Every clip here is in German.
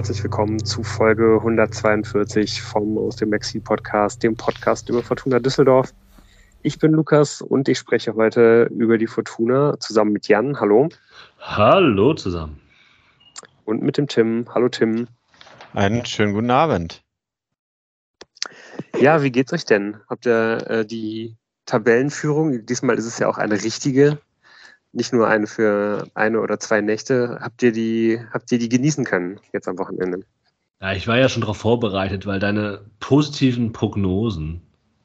herzlich willkommen zu Folge 142 vom Aus dem Maxi Podcast, dem Podcast über Fortuna Düsseldorf. Ich bin Lukas und ich spreche heute über die Fortuna zusammen mit Jan. Hallo. Hallo zusammen. Und mit dem Tim. Hallo Tim. Einen schönen guten Abend. Ja, wie geht's euch denn? Habt ihr die Tabellenführung, diesmal ist es ja auch eine richtige, nicht nur eine für eine oder zwei Nächte, habt ihr die genießen können jetzt am Wochenende? Ja, ich war ja schon darauf vorbereitet, weil deine positiven Prognosen,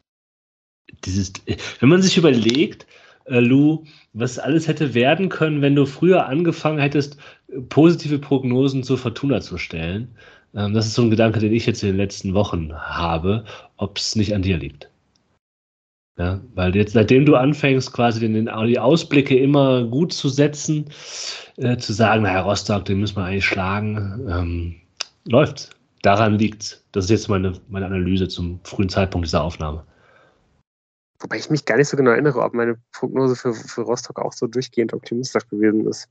wenn man sich überlegt, Lou, was alles hätte werden können, wenn du früher angefangen hättest, positive Prognosen zur Fortuna zu stellen. Das ist so ein Gedanke, den ich jetzt in den letzten Wochen habe, ob es nicht an dir liegt. Ja, weil jetzt, seitdem du anfängst, quasi die Ausblicke immer gut zu setzen, zu sagen, naja, Rostock, den müssen wir eigentlich schlagen, läuft's. Daran liegt's. Das ist jetzt meine Analyse zum frühen Zeitpunkt dieser Aufnahme. Wobei ich mich gar nicht so genau erinnere, ob meine Prognose für Rostock auch so durchgehend optimistisch gewesen ist.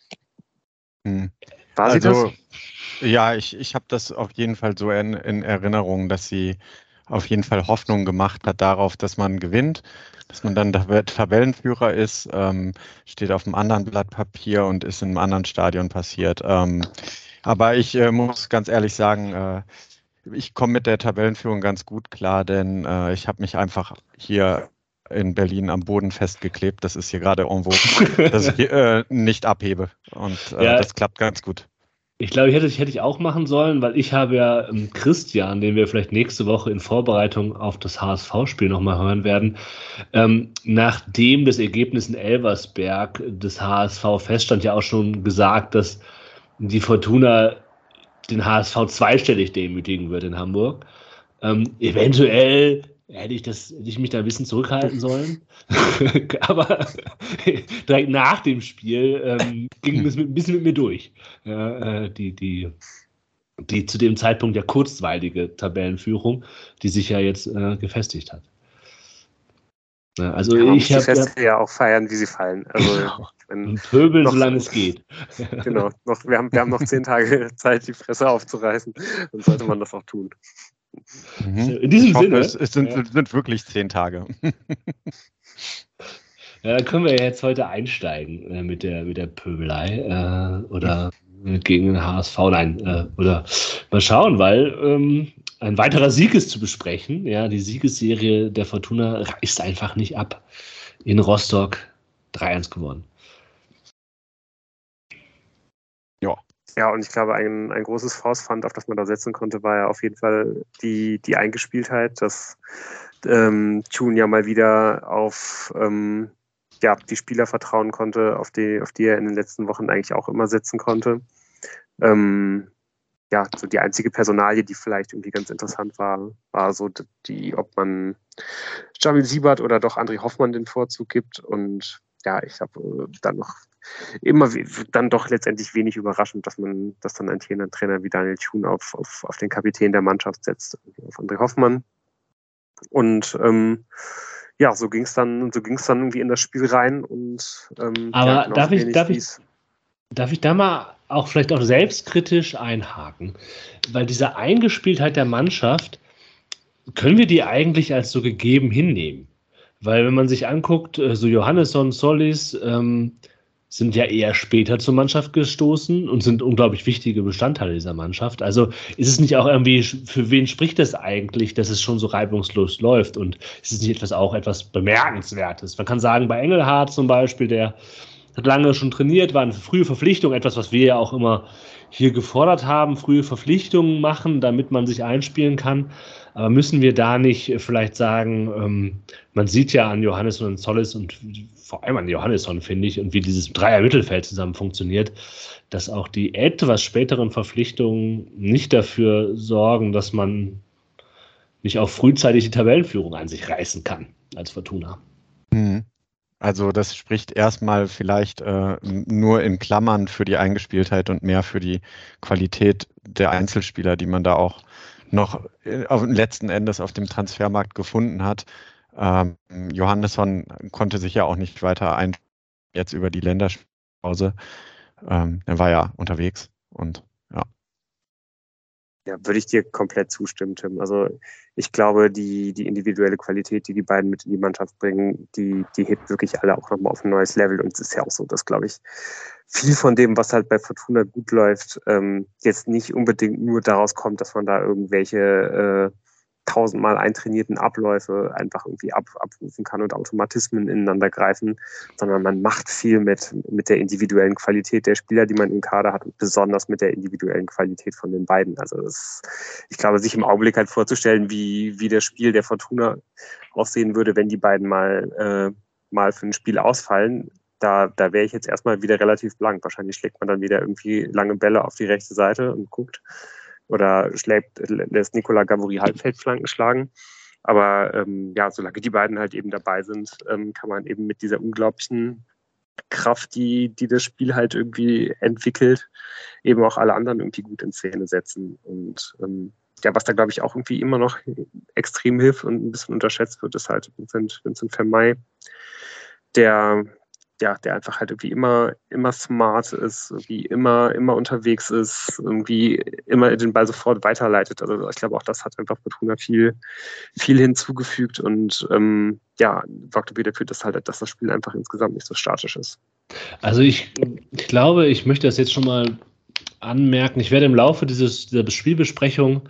War sie das? Ja, ich habe das auf jeden Fall so in Erinnerung, dass sie auf jeden Fall Hoffnung gemacht hat darauf, dass man gewinnt, dass man dann Tabellenführer ist, steht auf einem anderen Blatt Papier und ist in einem anderen Stadion passiert. Aber ich muss ganz ehrlich sagen, ich komme mit der Tabellenführung ganz gut klar, denn ich habe mich einfach hier in Berlin am Boden festgeklebt. Das ist hier gerade en vogue, dass ich nicht abhebe. Und das klappt ganz gut. Ich glaube, hätte ich auch machen sollen, weil ich habe ja Christian, den wir vielleicht nächste Woche in Vorbereitung auf das HSV-Spiel nochmal hören werden, nachdem das Ergebnis in Elversberg des HSV feststand, ja auch schon gesagt, dass die Fortuna den HSV zweistellig demütigen wird in Hamburg. Eventuell hätte ich mich da ein bisschen zurückhalten sollen. Aber direkt nach dem Spiel ging es ein bisschen mit mir durch. Die zu dem Zeitpunkt ja kurzweilige Tabellenführung, die sich ja jetzt gefestigt hat. Also man muss die Feste ja auch feiern, wie sie fallen. Also, und pöbeln, solange es geht. Genau, wir haben noch 10 Tage Zeit, die Fresse aufzureißen. Dann sollte man das auch tun. In diesem Sinne. Es sind wirklich 10 Tage. Ja, dann können wir ja jetzt heute einsteigen mit der Pöbelei oder gegen den HSV. Nein, oder mal schauen, weil ein weiterer Sieg ist zu besprechen. Ja, die Siegesserie der Fortuna reißt einfach nicht ab. In Rostock 3-1 gewonnen. Ja, und ich glaube, ein großes Faustpfand, auf das man da setzen konnte, war ja auf jeden Fall die Eingespieltheit, dass Thun ja mal wieder auf die Spieler vertrauen konnte, auf die er in den letzten Wochen eigentlich auch immer setzen konnte. So die einzige Personalie, die vielleicht irgendwie ganz interessant war so ob man Jamil Siebert oder doch André Hoffmann den Vorzug gibt. Und ja, ich habe dann doch letztendlich wenig überraschend, dass dann ein Trainer wie Daniel Thun auf den Kapitän der Mannschaft setzt, auf André Hoffmann. Und so ging es dann irgendwie in das Spiel rein. Und aber darf ich da mal auch vielleicht auch selbstkritisch einhaken? Weil diese Eingespieltheit der Mannschaft, können wir die eigentlich als so gegeben hinnehmen? Weil wenn man sich anguckt, so Johannesson, Solis sind ja eher später zur Mannschaft gestoßen und sind unglaublich wichtige Bestandteile dieser Mannschaft. Also ist es nicht auch irgendwie, für wen spricht das eigentlich, dass es schon so reibungslos läuft? Und ist es nicht etwas Bemerkenswertes? Man kann sagen, bei Engelhardt zum Beispiel, der hat lange schon trainiert, war eine frühe Verpflichtung, etwas, was wir ja auch immer hier gefordert haben, frühe Verpflichtungen machen, damit man sich einspielen kann. Aber müssen wir da nicht vielleicht sagen, man sieht ja an Johannesson und Solis und vor allem an Johannesson, finde ich, und wie dieses Dreier-Mittelfeld zusammen funktioniert, dass auch die etwas späteren Verpflichtungen nicht dafür sorgen, dass man nicht auch frühzeitig die Tabellenführung an sich reißen kann als Fortuna. Also das spricht erstmal vielleicht nur in Klammern für die Eingespieltheit und mehr für die Qualität der Einzelspieler, die man da auch noch letzten Endes auf dem Transfermarkt gefunden hat. Johannesson konnte sich ja auch nicht weiter jetzt über die Länderspielpause. Er war ja unterwegs und ja. Ja, würde ich dir komplett zustimmen, Tim. Also ich glaube, die individuelle Qualität, die beiden mit in die Mannschaft bringen, die hebt wirklich alle auch nochmal auf ein neues Level. Und es ist ja auch so, dass, glaube ich, viel von dem, was halt bei Fortuna gut läuft, jetzt nicht unbedingt nur daraus kommt, dass man da irgendwelche 1000-mal eintrainierten Abläufe einfach irgendwie abrufen kann und Automatismen ineinander greifen, sondern man macht viel mit der individuellen Qualität der Spieler, die man im Kader hat und besonders mit der individuellen Qualität von den beiden. Also ich glaube, sich im Augenblick halt vorzustellen, wie das Spiel der Fortuna aussehen würde, wenn die beiden mal für ein Spiel ausfallen, da wäre ich jetzt erstmal wieder relativ blank. Wahrscheinlich schlägt man dann wieder irgendwie lange Bälle auf die rechte Seite und guckt, oder lässt Nicolas Gavory Halbfeldflanken schlagen. Aber solange die beiden halt eben dabei sind, kann man eben mit dieser unglaublichen Kraft, die das Spiel halt irgendwie entwickelt, eben auch alle anderen irgendwie gut in Szene setzen. Und was da, glaube ich, auch irgendwie immer noch extrem hilft und ein bisschen unterschätzt wird, ist halt Vincent Vermey, der einfach halt irgendwie immer smart ist, irgendwie immer unterwegs ist, irgendwie immer den Ball sofort weiterleitet. Also ich glaube, auch das hat einfach Fortuna viel hinzugefügt und sorgt dafür, dass das Spiel einfach insgesamt nicht so statisch ist. Also ich glaube, ich möchte das jetzt schon mal anmerken. Ich werde im Laufe dieser Spielbesprechung,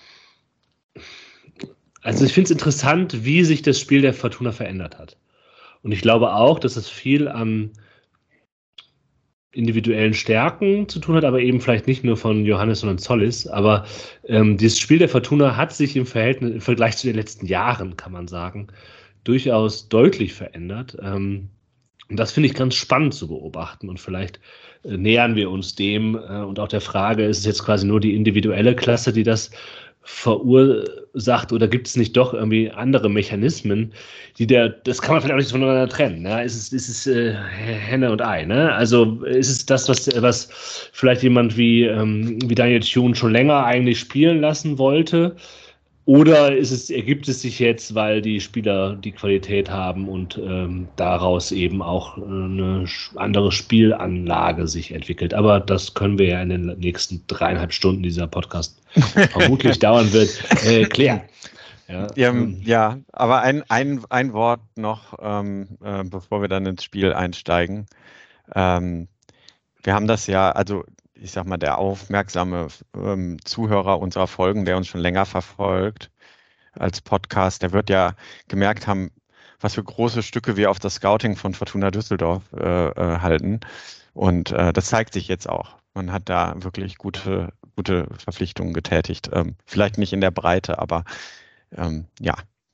also ich finde es interessant, wie sich das Spiel der Fortuna verändert hat. Und ich glaube auch, dass es viel an individuellen Stärken zu tun hat, aber eben vielleicht nicht nur von Johannes, sondern Zollis. Aber dieses Spiel der Fortuna hat sich im Vergleich zu den letzten Jahren, kann man sagen, durchaus deutlich verändert. Und das finde ich ganz spannend zu beobachten. Und vielleicht nähern wir uns dem und auch der Frage, ist es jetzt quasi nur die individuelle Klasse, die das verursacht, oder gibt es nicht doch irgendwie andere Mechanismen, das kann man vielleicht auch nicht voneinander trennen. Ne? Ist es Henne und Ei, ne? Also ist es das, was vielleicht jemand wie Daniel Thune schon länger eigentlich spielen lassen wollte, oder ergibt es sich jetzt, weil die Spieler die Qualität haben und daraus eben auch eine andere Spielanlage sich entwickelt. Aber das können wir ja in den nächsten 3,5 Stunden, die dieser Podcast vermutlich dauern wird, klären. Ja, aber ein Wort noch, bevor wir dann ins Spiel einsteigen. Wir haben das ja, also ich sag mal, der aufmerksame Zuhörer unserer Folgen, der uns schon länger verfolgt als Podcast, der wird ja gemerkt haben, was für große Stücke wir auf das Scouting von Fortuna Düsseldorf halten. Und das zeigt sich jetzt auch. Man hat da wirklich gute Verpflichtungen getätigt. Vielleicht nicht in der Breite, aber ja.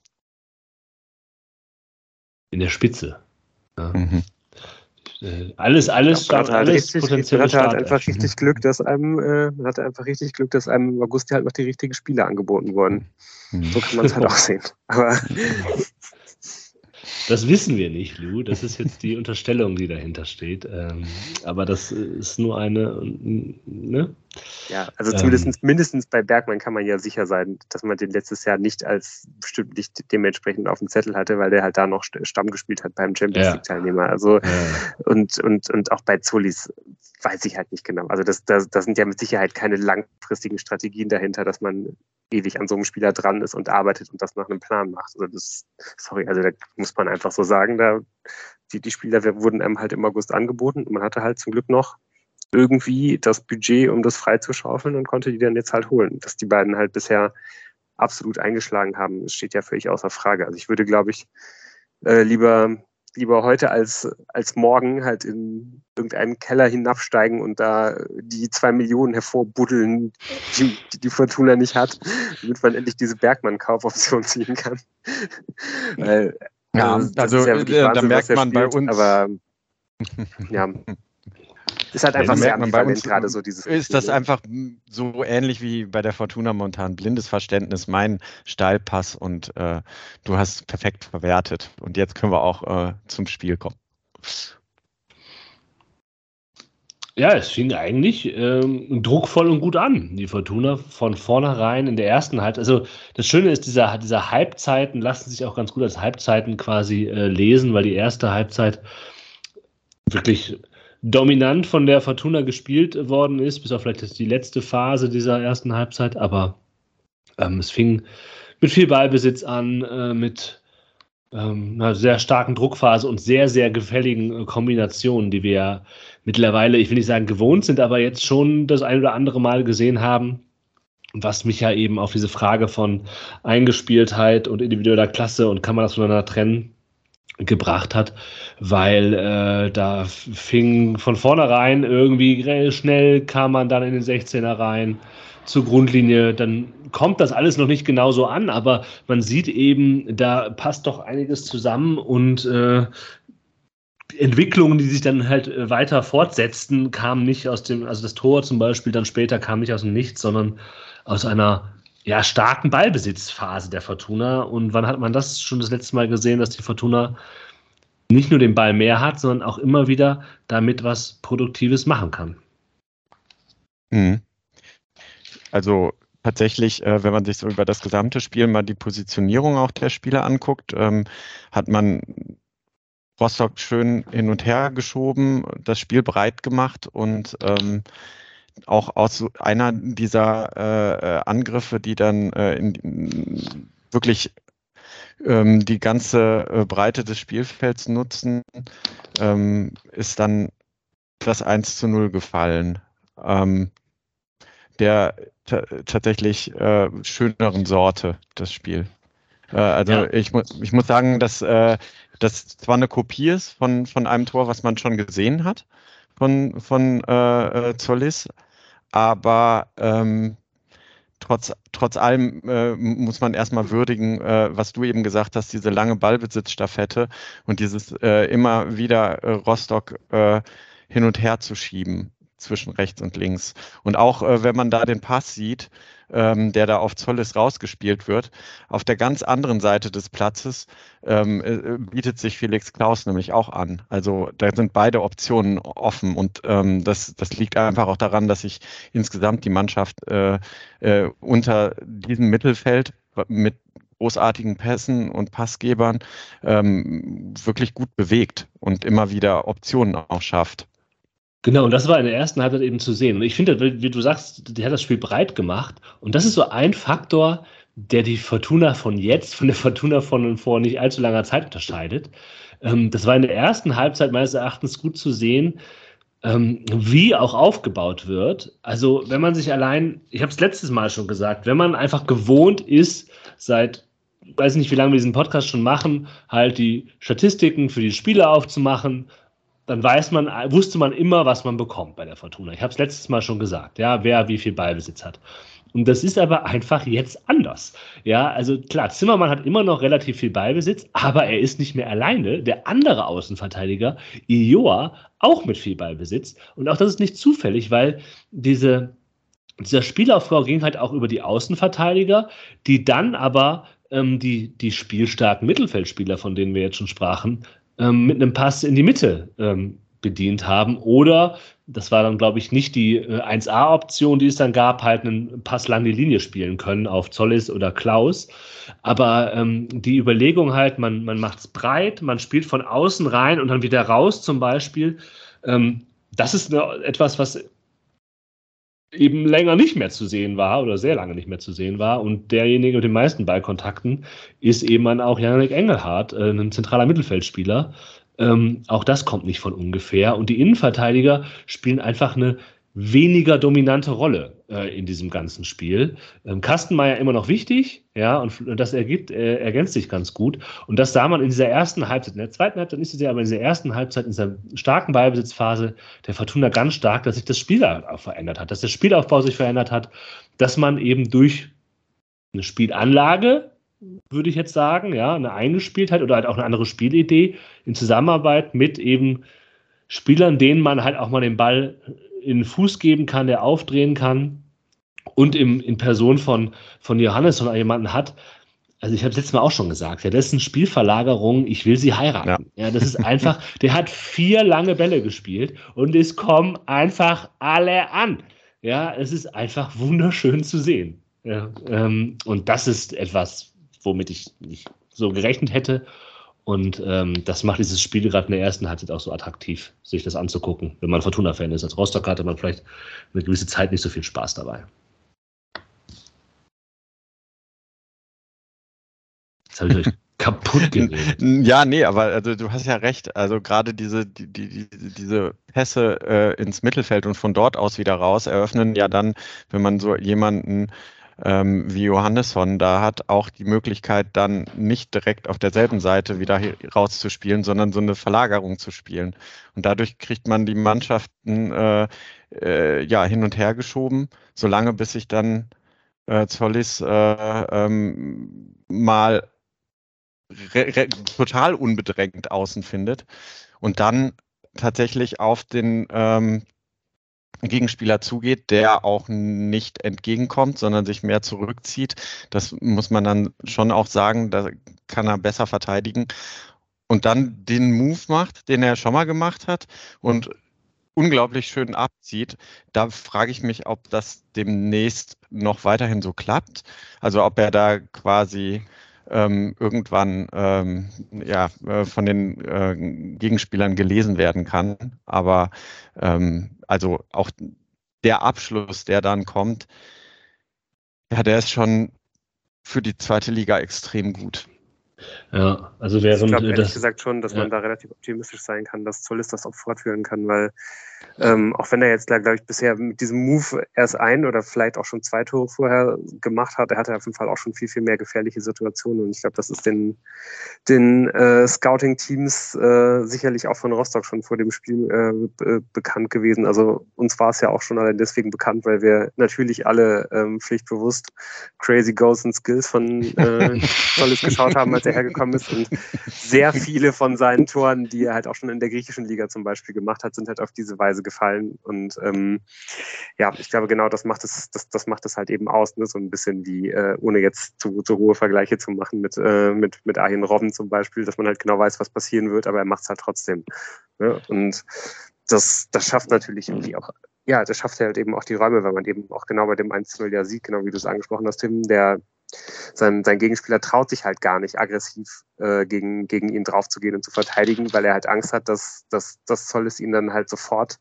In der Spitze. Ja. Mhm. Alles potenziell. Man hatte einfach richtig Glück, dass einem im August halt noch die richtigen Spiele angeboten wurden. So kann man es halt auch sehen. Aber das wissen wir nicht, Lou. Das ist jetzt die Unterstellung, die dahinter steht. Aber das ist nur eine, ne? Ja, also mindestens bei Bergmann kann man ja sicher sein, dass man den letztes Jahr bestimmt nicht dementsprechend auf dem Zettel hatte, weil der halt da noch Stamm gespielt hat beim Champions League-Teilnehmer. Also und auch bei Zollis weiß ich halt nicht genau. Also das sind ja mit Sicherheit keine langfristigen Strategien dahinter, dass man ewig an so einem Spieler dran ist und arbeitet und das nach einem Plan macht. Also da muss man einfach so sagen, die Spieler wurden einem halt im August angeboten und man hatte halt zum Glück noch irgendwie das Budget, um das freizuschaufeln, und konnte die dann jetzt halt holen. Dass die beiden halt bisher absolut eingeschlagen haben, das steht ja völlig außer Frage. Also ich würde, glaube ich, lieber heute als morgen halt in irgendeinen Keller hinabsteigen und da die 2 Millionen hervorbuddeln, die Fortuna nicht hat, damit man endlich diese Bergmann-Kaufoption ziehen kann. Weil, da merkt man bei uns. Aber ja. Ist halt einfach sehr ambivalent gerade so dieses. Ist das einfach so ähnlich wie bei der Fortuna momentan? Blindes Verständnis, mein Steilpass, und du hast perfekt verwertet. Und jetzt können wir auch zum Spiel kommen. Ja, es fing eigentlich druckvoll und gut an, die Fortuna von vornherein in der ersten Halbzeit. Also das Schöne ist, diese Halbzeiten lassen sich auch ganz gut als Halbzeiten quasi lesen, weil die erste Halbzeit wirklich dominant von der Fortuna gespielt worden ist, bis auf vielleicht die letzte Phase dieser ersten Halbzeit, aber es fing mit viel Ballbesitz an, mit einer sehr starken Druckphase und sehr, sehr gefälligen Kombinationen, die wir ja mittlerweile, ich will nicht sagen gewohnt sind, aber jetzt schon das ein oder andere Mal gesehen haben, was mich ja eben auf diese Frage von Eingespieltheit und individueller Klasse und kann man das voneinander trennen, gebracht hat, weil da fing von vornherein irgendwie schnell kam man dann in den 16er rein zur Grundlinie, dann kommt das alles noch nicht genauso an, aber man sieht eben, da passt doch einiges zusammen und Entwicklungen, die sich dann halt weiter fortsetzten, kamen nicht aus dem, also das Tor zum Beispiel dann später kam nicht aus dem Nichts, sondern aus einer starken Ballbesitzphase der Fortuna. Und wann hat man das schon das letzte Mal gesehen, dass die Fortuna nicht nur den Ball mehr hat, sondern auch immer wieder damit was Produktives machen kann? Also tatsächlich, wenn man sich so über das gesamte Spiel mal die Positionierung auch der Spieler anguckt, hat man Rostock schön hin und her geschoben, das Spiel breit gemacht und auch aus einer dieser Angriffe, die dann wirklich die ganze Breite des Spielfelds nutzen, ist dann das 1:0 gefallen. Der tatsächlich schöneren Sorte, das Spiel. Ich muss sagen, dass das zwar eine Kopie ist von einem Tor, was man schon gesehen hat, von Zollis, aber trotz allem muss man erstmal würdigen, was du eben gesagt hast, diese lange Ballbesitzstaffette und dieses immer wieder Rostock hin und her zu schieben zwischen rechts und links. Und auch wenn man da den Pass sieht, der da auf Zollis rausgespielt wird, auf der ganz anderen Seite des Platzes bietet sich Felix Klaus nämlich auch an. Also da sind beide Optionen offen und das liegt einfach auch daran, dass sich insgesamt die Mannschaft unter diesem Mittelfeld mit großartigen Pässen und Passgebern wirklich gut bewegt und immer wieder Optionen auch schafft. Genau, und das war in der ersten Halbzeit eben zu sehen. Und ich finde, wie du sagst, der hat das Spiel breit gemacht. Und das ist so ein Faktor, der die Fortuna von jetzt von der Fortuna von vor nicht allzu langer Zeit unterscheidet. Das war in der ersten Halbzeit meines Erachtens gut zu sehen, wie auch aufgebaut wird. Also wenn man sich allein, ich habe es letztes Mal schon gesagt, wenn man einfach gewohnt ist, seit, weiß nicht, wie lange wir diesen Podcast schon machen, halt die Statistiken für die Spiele aufzumachen, dann wusste man immer, was man bekommt bei der Fortuna. Ich habe es letztes Mal schon gesagt, ja, wer wie viel Ballbesitz hat. Und das ist aber einfach jetzt anders. Ja, also klar, Zimmermann hat immer noch relativ viel Ballbesitz, aber er ist nicht mehr alleine. Der andere Außenverteidiger, Illoa, auch mit viel Ballbesitz. Und auch das ist nicht zufällig, weil dieser Spielaufbau ging halt auch über die Außenverteidiger, die dann aber die spielstarken Mittelfeldspieler, von denen wir jetzt schon sprachen, mit einem Pass in die Mitte bedient haben. Oder, das war dann, glaube ich, nicht die 1A-Option, die es dann gab, halt einen Pass lang die Linie spielen können auf Zollis oder Klaus. Aber die Überlegung halt, man macht es breit, man spielt von außen rein und dann wieder raus zum Beispiel, das ist etwas, was eben länger nicht mehr zu sehen war oder sehr lange nicht mehr zu sehen war. Und derjenige mit den meisten Ballkontakten ist eben dann auch Yannick Engelhardt, ein zentraler Mittelfeldspieler. Auch das kommt nicht von ungefähr. Und die Innenverteidiger spielen einfach eine weniger dominante Rolle in diesem ganzen Spiel. Kastenmeier immer noch wichtig, ja, und das ergänzt sich ganz gut. Und das sah man in dieser ersten Halbzeit. In der zweiten Halbzeit nicht so sehr, aber in dieser ersten Halbzeit, in dieser starken Ballbesitzphase der Fortuna ganz stark, dass sich das Spiel auch verändert hat, dass der Spielaufbau sich verändert hat, dass man eben durch eine Spielanlage, würde ich jetzt sagen, ja, eine Eingespieltheit oder halt auch eine andere Spielidee in Zusammenarbeit mit eben Spielern, denen man halt auch mal den Ball in den Fuß geben kann, der aufdrehen kann und in Person von Johannes oder jemanden hat. Also ich habe es letztes Mal auch schon gesagt, ja, das ist eine Spielverlagerung, ich will sie heiraten. Ja, das ist einfach, der hat 4 lange Bälle gespielt und es kommen einfach alle an. Ja, es ist einfach wunderschön zu sehen. Ja, und das ist etwas, womit ich nicht so gerechnet hätte. Und das macht dieses Spiel gerade in der ersten Halbzeit auch so attraktiv, sich das anzugucken. Wenn man Fortuna-Fan ist. Als Rostock hatte man vielleicht eine gewisse Zeit nicht so viel Spaß dabei. Jetzt habe ich euch kaputt geredet. Ja, nee, aber also du hast ja recht. Also gerade diese Pässe ins Mittelfeld und von dort aus wieder raus eröffnen ja dann, wenn man so jemanden wie Johannesson da hat, auch die Möglichkeit, dann nicht direkt auf derselben Seite wieder rauszuspielen, sondern so eine Verlagerung zu spielen. Und dadurch kriegt man die Mannschaften ja hin und her geschoben, solange bis sich dann Zollis mal total unbedrängt außen findet und dann tatsächlich auf den Gegenspieler zugeht, der auch nicht entgegenkommt, sondern sich mehr zurückzieht. Das muss man dann schon auch sagen, da kann er besser verteidigen. Und dann den Move macht, den er schon mal gemacht hat und unglaublich schön abzieht. Da frage ich mich, ob das demnächst noch weiterhin so klappt. Also ob er da quasi irgendwann von den Gegenspielern gelesen werden kann. Aber also auch der Abschluss, der dann kommt, ja, der ist schon für die zweite Liga extrem gut. Ja, also während ich glaube ehrlich gesagt schon, dass man da relativ optimistisch sein kann, dass Zollis das auch fortführen kann, weil auch wenn er jetzt, glaube ich, bisher mit diesem Move erst ein oder vielleicht auch schon 2 Tore vorher gemacht hat, er hatte auf jeden Fall auch schon viel, viel mehr gefährliche Situationen und ich glaube, das ist den Scouting-Teams sicherlich auch von Rostock schon vor dem Spiel bekannt gewesen. Also uns war es ja auch schon allein deswegen bekannt, weil wir natürlich alle pflichtbewusst Crazy Goals and Skills von Zollis geschaut haben, als er hergekommen ist und sehr viele von seinen Toren, die er halt auch schon in der griechischen Liga zum Beispiel gemacht hat, sind halt auf diese Weise gefallen und ich glaube genau, das macht es halt eben aus, ne? So ein bisschen wie, ohne jetzt zu hohe Vergleiche zu machen mit Arjen Robben zum Beispiel, dass man halt genau weiß, was passieren wird, aber er macht es halt trotzdem. Ne? Und das schafft natürlich irgendwie auch, ja, das schafft halt eben auch die Räume, weil man eben auch genau bei dem 1:0 ja sieht, genau wie du es angesprochen hast, Tim, sein Gegenspieler traut sich halt gar nicht aggressiv gegen ihn draufzugehen und zu verteidigen, weil er halt Angst hat, dass Zollis ihn dann halt sofort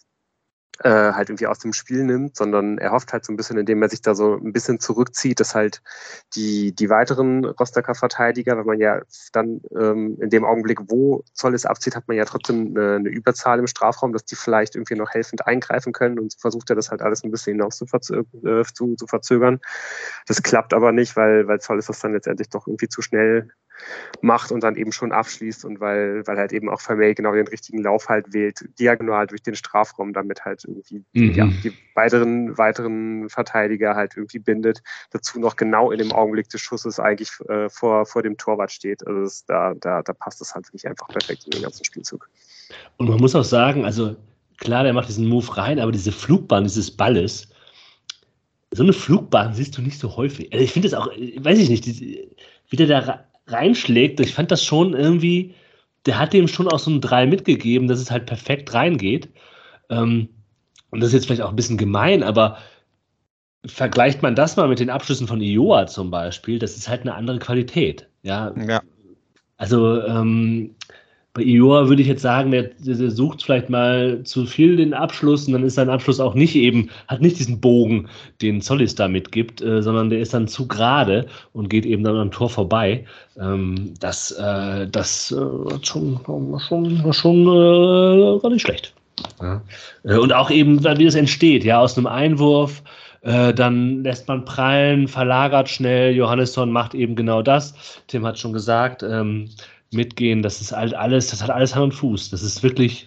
halt irgendwie aus dem Spiel nimmt, sondern er hofft halt so ein bisschen, indem er sich da so ein bisschen zurückzieht, dass halt die weiteren Rostocker Verteidiger, wenn man ja dann in dem Augenblick, wo Zollis abzieht, hat man ja trotzdem eine Überzahl im Strafraum, dass die vielleicht irgendwie noch helfend eingreifen können und so versucht er das halt alles ein bisschen hinaus zu verzögern. Das klappt aber nicht, weil Zollis das dann letztendlich doch irgendwie zu schnell macht und dann eben schon abschließt und weil halt eben auch Vermey genau den richtigen Lauf halt wählt, diagonal durch den Strafraum, damit halt irgendwie die weiteren Verteidiger halt irgendwie bindet, dazu noch genau in dem Augenblick des Schusses eigentlich vor dem Torwart steht. Also da passt das halt wirklich einfach perfekt in den ganzen Spielzug. Und man muss auch sagen, also klar, der macht diesen Move rein, aber diese Flugbahn dieses Balles, so eine Flugbahn siehst du nicht so häufig. Also ich finde das auch, weiß ich nicht, wie der da reinschlägt, ich fand das schon irgendwie, der hat dem schon auch so ein 3 mitgegeben, dass es halt perfekt reingeht. Und das ist jetzt vielleicht auch ein bisschen gemein, aber vergleicht man das mal mit den Abschlüssen von Ioa zum Beispiel, das ist halt eine andere Qualität. Ja. Also bei Ioa würde ich jetzt sagen, der sucht vielleicht mal zu viel den Abschluss und dann ist sein Abschluss auch hat nicht diesen Bogen, den Zollis da mitgibt, sondern der ist dann zu gerade und geht eben dann am Tor vorbei. Das war schon gar nicht schlecht. Ja. Und auch eben, wie das entsteht, ja, aus einem Einwurf, dann lässt man prallen, verlagert schnell, Johannesson macht eben genau das. Tim hat schon gesagt, mitgehen, das ist halt alles, das hat alles Hand und Fuß. Das ist wirklich,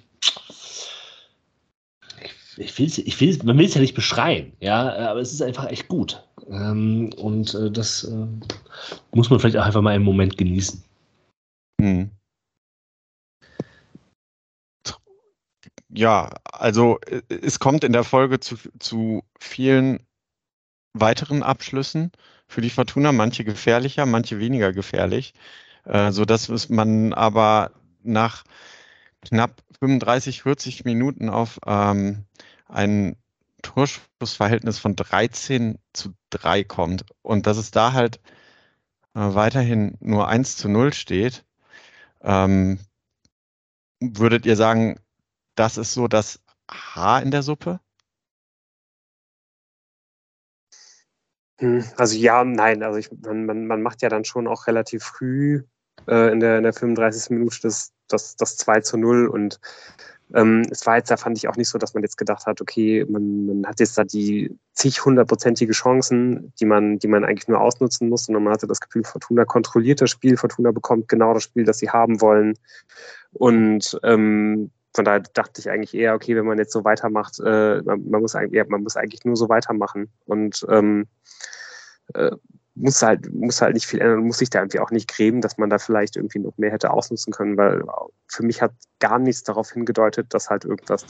man will es ja nicht beschreien, ja, aber es ist einfach echt gut. Das muss man vielleicht auch einfach mal im Moment genießen. Ja, also es kommt in der Folge zu vielen weiteren Abschlüssen für die Fortuna, manche gefährlicher, manche weniger gefährlich, sodass man aber nach knapp 35, 40 Minuten auf ein Torschussverhältnis von 13:3 kommt und dass es da halt weiterhin nur 1:0 steht, Würdet ihr sagen, das ist so das Haar in der Suppe? Also ja und nein. Also man macht ja dann schon auch relativ früh in der 35. Minute das 2:0 und es war jetzt, da fand ich auch nicht so, dass man jetzt gedacht hat, okay, man hat jetzt da die hundertprozentige Chancen, die man eigentlich nur ausnutzen muss, sondern man hatte das Gefühl, Fortuna kontrolliert das Spiel, Fortuna bekommt genau das Spiel, das sie haben wollen und von daher dachte ich eigentlich eher, okay, wenn man jetzt so weitermacht, man muss eigentlich nur so weitermachen und muss halt nicht viel ändern und muss sich da irgendwie auch nicht grämen, dass man da vielleicht irgendwie noch mehr hätte ausnutzen können, weil für mich hat gar nichts darauf hingedeutet, dass halt irgendwas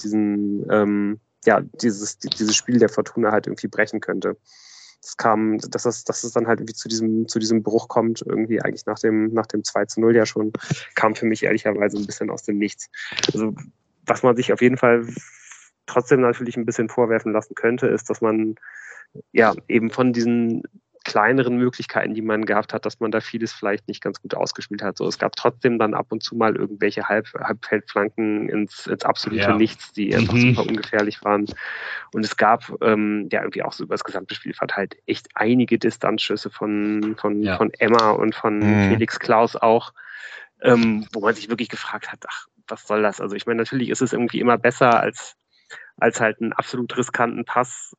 dieses Spiel der Fortuna halt irgendwie brechen könnte. Dass es dann halt irgendwie zu diesem Bruch kommt, irgendwie eigentlich nach dem 2:0 ja schon, kam für mich ehrlicherweise ein bisschen aus dem Nichts. Also was man sich auf jeden Fall trotzdem natürlich ein bisschen vorwerfen lassen könnte, ist, dass man ja eben von diesen kleineren Möglichkeiten, die man gehabt hat, dass man da vieles vielleicht nicht ganz gut ausgespielt hat. So, es gab trotzdem dann ab und zu mal irgendwelche Halbfeldflanken ins absolute Nichts, die einfach super ungefährlich waren. Und es gab irgendwie auch so über das gesamte Spiel halt echt einige Distanzschüsse von Emma und von Felix Klaus auch, wo man sich wirklich gefragt hat, ach, was soll das? Also ich meine, natürlich ist es irgendwie immer besser als halt einen absolut riskanten Pass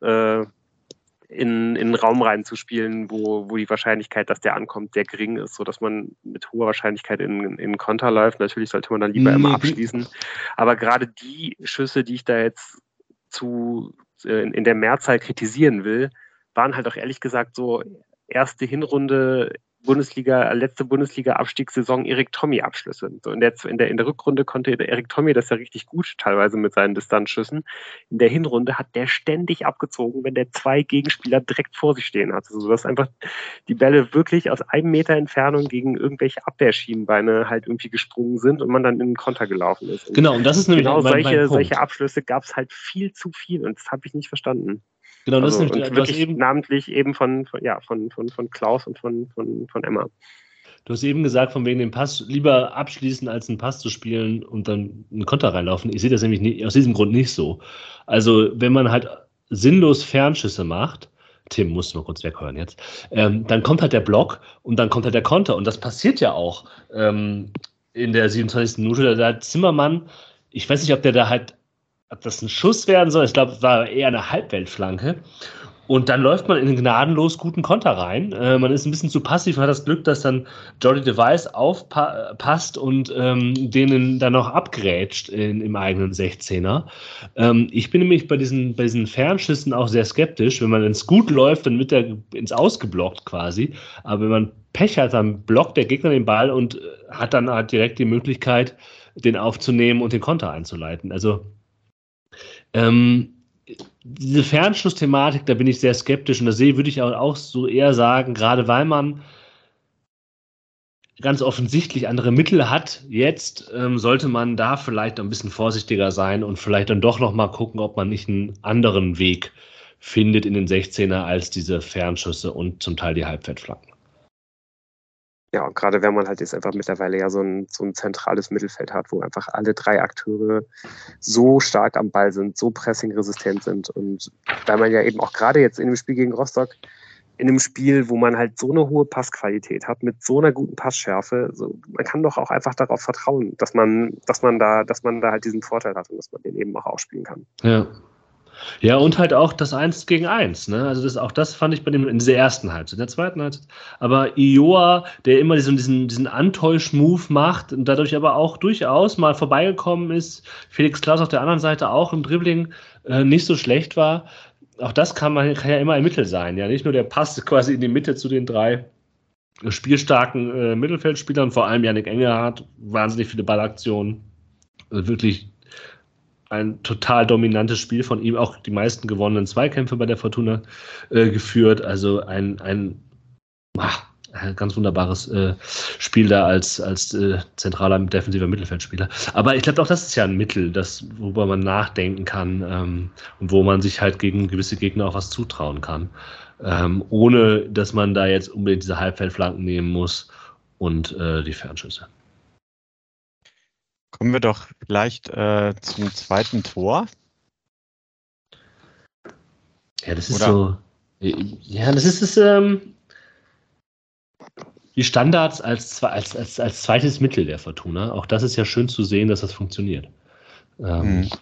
in den Raum reinzuspielen, wo die Wahrscheinlichkeit, dass der ankommt, sehr gering ist, sodass man mit hoher Wahrscheinlichkeit in Konter läuft. Natürlich sollte man dann lieber immer abschließen. Aber gerade die Schüsse, die ich da jetzt in der Mehrzahl kritisieren will, waren halt auch ehrlich gesagt so erste Hinrunde letzte Bundesliga-Abstiegssaison Erik Tommy-Abschlüsse. So in der Rückrunde konnte Erik Tommy das ja richtig gut, teilweise mit seinen Distanzschüssen. In der Hinrunde hat der ständig abgezogen, wenn der 2 Gegenspieler direkt vor sich stehen hatte, sodass einfach die Bälle wirklich aus 1 Meter Entfernung gegen irgendwelche Abwehrschienenbeine halt irgendwie gesprungen sind und man dann in den Konter gelaufen ist. Und genau, und das ist nämlich genau solche Abschlüsse gab es halt viel zu viel und das habe ich nicht verstanden. Genau, das also, ist nämlich, und wirklich namentlich eben von Klaus und von Emma. Du hast eben gesagt, von wegen dem Pass lieber abschließen, als einen Pass zu spielen und dann einen Konter reinlaufen. Ich sehe das nämlich nicht, aus diesem Grund nicht so. Also, wenn man halt sinnlos Fernschüsse macht, Tim, musst du mal kurz weghören jetzt, dann kommt halt der Block und dann kommt halt der Konter. Und das passiert ja auch in der 27. Minute. Da hat Zimmermann, ich weiß nicht, ob das ein Schuss werden soll. Ich glaube, es war eher eine Halbweltflanke. Und dann läuft man in einen gnadenlos guten Konter rein. Man ist ein bisschen zu passiv und hat das Glück, dass dann Jordi Device aufpasst und denen dann noch abgrätscht im eigenen 16er. Ich bin nämlich bei diesen Fernschüssen auch sehr skeptisch. Wenn es gut läuft, dann wird er ins Ausgeblockt quasi. Aber wenn man Pech hat, dann blockt der Gegner den Ball und hat dann halt direkt die Möglichkeit, den aufzunehmen und den Konter einzuleiten. Also diese Fernschlussthematik, da bin ich sehr skeptisch und das würde ich auch so eher sagen, gerade weil man ganz offensichtlich andere Mittel hat, jetzt sollte man da vielleicht ein bisschen vorsichtiger sein und vielleicht dann doch nochmal gucken, ob man nicht einen anderen Weg findet in den 16er als diese Fernschüsse und zum Teil die Halbfeldflanken. Ja, und gerade wenn man halt jetzt einfach mittlerweile ja so ein zentrales Mittelfeld hat, wo einfach alle 3 Akteure so stark am Ball sind, so pressingresistent sind und weil man ja eben auch gerade jetzt in dem Spiel gegen Rostock, in einem Spiel, wo man halt so eine hohe Passqualität hat, mit so einer guten Passschärfe, man kann doch auch einfach darauf vertrauen, dass man da halt diesen Vorteil hat und dass man den eben auch ausspielen kann. Ja. Ja, und halt auch das 1 gegen 1. Ne? Also das fand ich bei dem in dieser ersten Halbzeit, in der zweiten Halbzeit. Aber Ioa, der immer diesen Antäusch-Move macht und dadurch aber auch durchaus mal vorbeigekommen ist, Felix Klaus auf der anderen Seite auch im Dribbling nicht so schlecht war. Auch das kann ja immer ein Mittel sein. Ja, nicht nur der Pass quasi in die Mitte zu den 3 spielstarken Mittelfeldspielern, vor allem Yannick Engelhardt, wahnsinnig viele Ballaktionen. Also wirklich ein total dominantes Spiel von ihm, auch die meisten gewonnenen Zweikämpfe bei der Fortuna geführt. Also ein ganz wunderbares Spiel da als zentraler defensiver Mittelfeldspieler. Aber ich glaube auch, das ist ja ein Mittel, worüber man nachdenken kann und wo man sich halt gegen gewisse Gegner auch was zutrauen kann. Ohne, dass man da jetzt unbedingt diese Halbfeldflanken nehmen muss und die Fernschüsse. Kommen wir doch vielleicht zum zweiten Tor. Ja, das ist so. Ja, das ist die Standards als zweites Mittel der Fortuna. Auch das ist ja schön zu sehen, dass das funktioniert. Da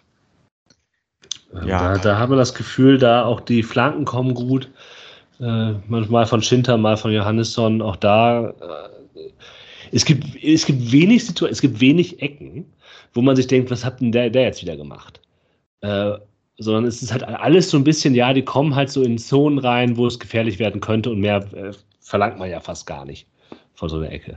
haben wir das Gefühl, da auch die Flanken kommen gut. Mal von Schinter, mal von Johannesson. Auch da. Es gibt wenig Ecken, wo man sich denkt, was hat denn der jetzt wieder gemacht? Sondern es ist halt alles so ein bisschen, ja, die kommen halt so in Zonen rein, wo es gefährlich werden könnte und mehr verlangt man ja fast gar nicht von so einer Ecke.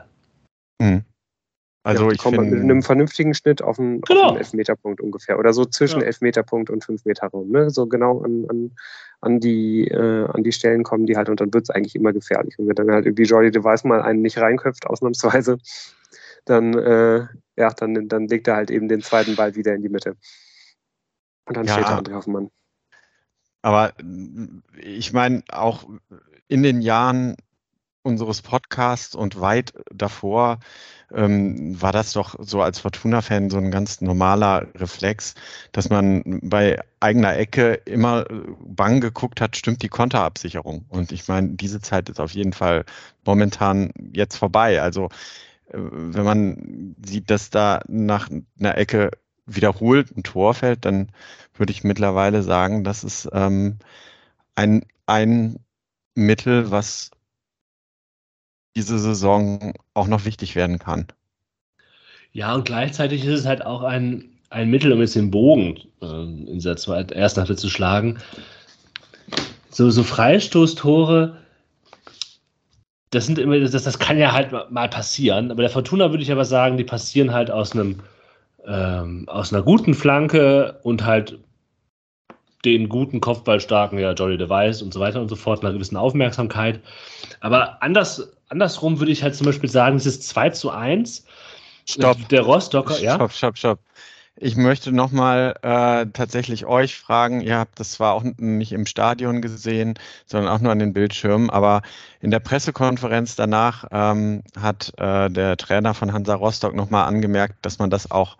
Also ja, ich finde mit einem vernünftigen Schnitt auf einen Elfmeterpunkt ungefähr oder so zwischen Elfmeterpunkt und 5 Meter Raum, ne? So genau an die Stellen kommen die halt und dann wird es eigentlich immer gefährlich. Und wenn dann halt irgendwie Jordi de Wijs mal einen nicht reinköpft, ausnahmsweise, dann legt er halt eben den zweiten Ball wieder in die Mitte. Und dann steht da André Hoffmann. Aber ich meine, auch in den Jahren unseres Podcasts und weit davor war das doch so als Fortuna-Fan so ein ganz normaler Reflex, dass man bei eigener Ecke immer bang geguckt hat, stimmt die Konterabsicherung. Und ich meine, diese Zeit ist auf jeden Fall momentan jetzt vorbei. Also wenn man sieht, dass da nach einer Ecke wiederholt ein Tor fällt, dann würde ich mittlerweile sagen, das ist ein Mittel, was diese Saison auch noch wichtig werden kann. Ja, und gleichzeitig ist es halt auch ein Mittel, um jetzt den Bogen in dieser ersten Halbzeit zu schlagen. So Freistoßtore, das kann ja halt mal passieren. Aber der Fortuna würde ich aber sagen, die passieren halt aus einer guten Flanke und halt den guten Kopfballstarken, ja, Jordi de Wijs und so weiter und so fort, einer gewissen Aufmerksamkeit. Aber andersrum würde ich halt zum Beispiel sagen, es ist 2:1. Stopp. Der Rostocker, ja? Stopp. Ich möchte nochmal tatsächlich euch fragen, ihr habt das zwar auch nicht im Stadion gesehen, sondern auch nur an den Bildschirmen, aber in der Pressekonferenz danach hat der Trainer von Hansa Rostock nochmal angemerkt, dass man das auch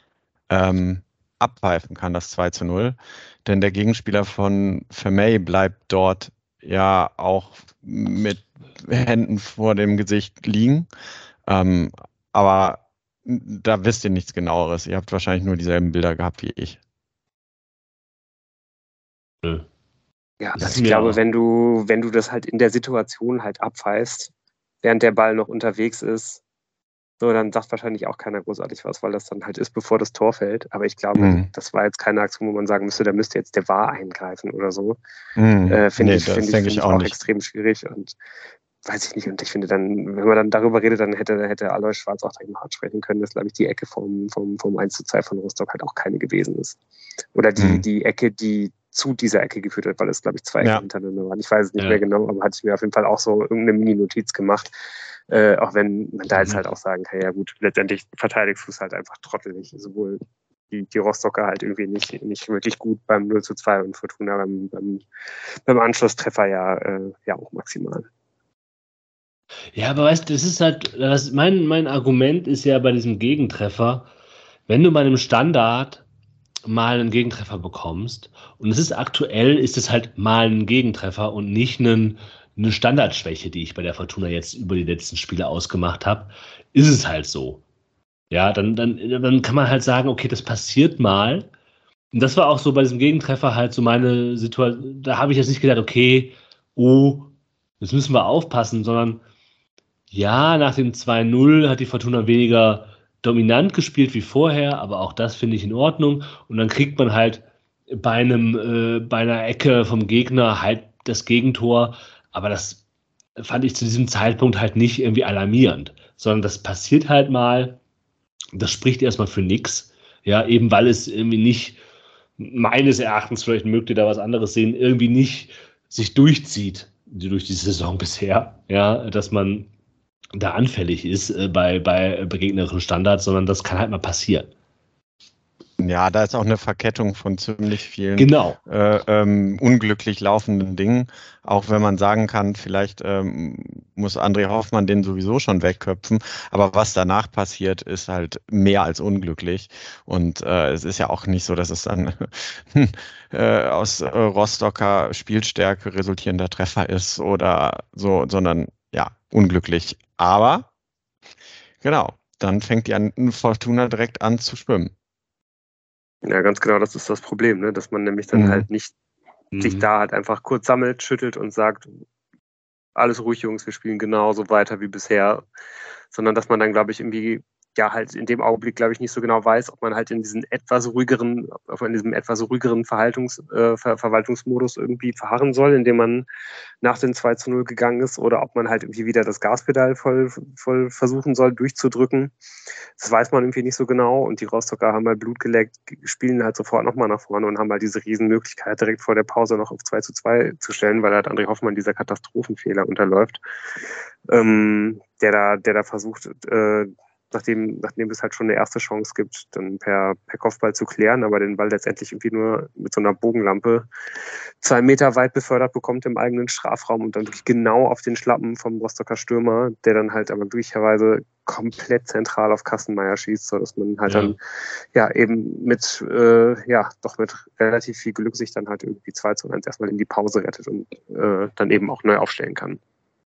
abpfeifen kann, das 2:0. Denn der Gegenspieler von Vermey bleibt dort ja auch mit Händen vor dem Gesicht liegen. Aber da wisst ihr nichts Genaueres. Ihr habt wahrscheinlich nur dieselben Bilder gehabt wie ich. Ja, also ich glaube, wenn du das halt in der Situation halt abpfeifst, während der Ball noch unterwegs ist, so, dann sagt wahrscheinlich auch keiner großartig was, weil das dann halt ist, bevor das Tor fällt. Aber ich glaube, das war jetzt keine Aktion, wo man sagen müsste, da müsste jetzt der VAR eingreifen oder so. Finde ich auch extrem schwierig und weiß ich nicht. Und ich finde dann, wenn man dann darüber redet, dann hätte Alois Schwarz auch direkt mal hart sprechen können, dass, glaube ich, die Ecke vom 1:2 von Rostock halt auch keine gewesen ist. Oder die Ecke, die zu dieser Ecke geführt hat, weil es, glaube ich, 2 Ecken hintereinander waren. Ich weiß es nicht mehr genau, aber hatte ich mir auf jeden Fall auch so irgendeine Mini-Notiz gemacht. Auch wenn man da jetzt halt auch sagen kann, ja gut, letztendlich verteidigst du es halt einfach trottelig. Sowohl die Rostocker halt irgendwie nicht wirklich gut beim 0:2 und Fortuna beim Anschlusstreffer ja auch maximal. Ja, aber weißt du, das ist halt, mein Argument ist ja bei diesem Gegentreffer, wenn du bei einem Standard mal einen Gegentreffer bekommst und es ist halt mal ein Gegentreffer und nicht eine Standardschwäche, die ich bei der Fortuna jetzt über die letzten Spiele ausgemacht habe, ist es halt so. Ja, dann kann man halt sagen, okay, das passiert mal. Und das war auch so bei diesem Gegentreffer halt so meine Situation. Da habe ich jetzt nicht gedacht, okay, jetzt müssen wir aufpassen, sondern ja, nach dem 2:0 hat die Fortuna weniger dominant gespielt wie vorher, aber auch das finde ich in Ordnung. Und dann kriegt man halt bei einer Ecke vom Gegner halt das Gegentor. Aber das fand ich zu diesem Zeitpunkt halt nicht irgendwie alarmierend, sondern das passiert halt mal. Das spricht erstmal für nichts. Ja, eben weil es irgendwie nicht, meines Erachtens, vielleicht mögt ihr da was anderes sehen, irgendwie nicht sich durchzieht durch die Saison bisher. Ja, dass man da anfällig ist bei gegnerischen Standards, sondern das kann halt mal passieren. Ja, da ist auch eine Verkettung von ziemlich vielen Genau. unglücklich laufenden Dingen. Auch wenn man sagen kann, vielleicht muss André Hoffmann den sowieso schon wegköpfen. Aber was danach passiert, ist halt mehr als unglücklich. Und es ist ja auch nicht so, dass es dann aus Rostocker Spielstärke resultierender Treffer ist oder so, sondern ja, unglücklich. Aber genau, dann fängt die Fortuna direkt an zu schwimmen. Ja, ganz genau, das ist das Problem, ne? Dass man nämlich dann halt nicht sich da halt einfach kurz sammelt, schüttelt und sagt, alles ruhig, Jungs, wir spielen genauso weiter wie bisher, sondern dass man dann, glaube ich, irgendwie ja halt in dem Augenblick, glaube ich, nicht so genau weiß, ob man halt in diesem etwas ruhigeren Verwaltungsmodus irgendwie verharren soll, indem man nach dem 2:0 gegangen ist, oder ob man halt irgendwie wieder das Gaspedal voll versuchen soll durchzudrücken. Das weiß man irgendwie nicht so genau, und die Rostocker haben halt Blut geleckt, spielen halt sofort nochmal nach vorne und haben halt diese Riesenmöglichkeit, direkt vor der Pause noch auf 2:2 zu stellen, weil halt André Hoffmann dieser Katastrophenfehler unterläuft, der da versucht, nachdem es halt schon eine erste Chance gibt, dann per Kopfball zu klären, aber den Ball letztendlich irgendwie nur mit so einer Bogenlampe 2 Meter weit befördert bekommt im eigenen Strafraum und dann wirklich genau auf den Schlappen vom Rostocker Stürmer, der dann halt aber glücklicherweise komplett zentral auf Kastenmeier schießt, sodass man halt dann ja eben mit relativ viel Glück sich dann halt irgendwie 2:1 erstmal in die Pause rettet und dann eben auch neu aufstellen kann.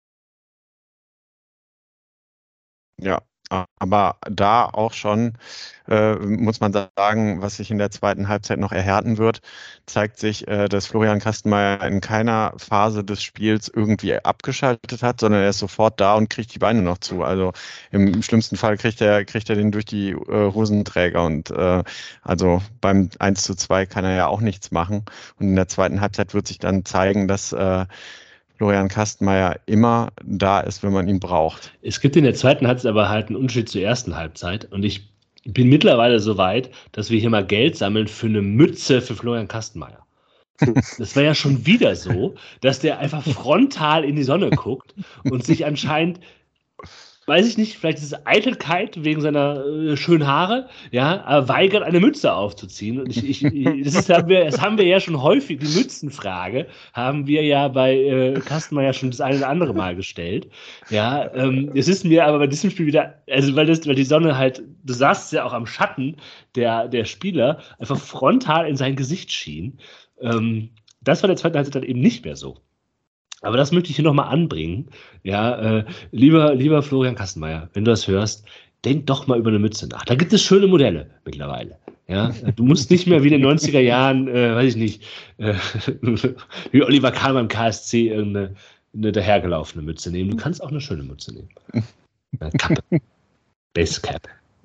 Ja, aber da auch schon, muss man sagen, was sich in der zweiten Halbzeit noch erhärten wird, zeigt sich, dass Florian Kastenmeier in keiner Phase des Spiels irgendwie abgeschaltet hat, sondern er ist sofort da und kriegt die Beine noch zu. Also im schlimmsten Fall kriegt er den durch die Hosenträger und also beim 1:2 kann er ja auch nichts machen. Und in der zweiten Halbzeit wird sich dann zeigen, dass Florian Kastenmeier immer da ist, wenn man ihn braucht. Es gibt in der zweiten Halbzeit aber halt einen Unterschied zur ersten Halbzeit. Und ich bin mittlerweile so weit, dass wir hier mal Geld sammeln für eine Mütze für Florian Kastenmeier. Das war ja schon wieder so, dass der einfach frontal in die Sonne guckt und sich anscheinend, weiß ich nicht, vielleicht ist es Eitelkeit wegen seiner schönen Haare, ja, weigert, eine Mütze aufzuziehen. Und das haben wir ja schon häufig, die Mützenfrage haben wir ja bei Kastenmeier schon das eine oder andere Mal gestellt. Ja, es ist mir aber bei diesem Spiel wieder, also weil die Sonne halt, du sahst ja auch am Schatten der Spieler, einfach frontal in sein Gesicht schien. Das war der zweiten Halbzeit dann eben nicht mehr so. Aber das möchte ich hier nochmal anbringen. Ja, lieber Florian Kastenmeier, wenn du das hörst, denk doch mal über eine Mütze nach. Da gibt es schöne Modelle mittlerweile. Ja, du musst nicht mehr wie in den 90er Jahren, weiß ich nicht, wie Oliver Kahn beim KSC eine dahergelaufene Mütze nehmen. Du kannst auch eine schöne Mütze nehmen. Eine Kappe. Basecap.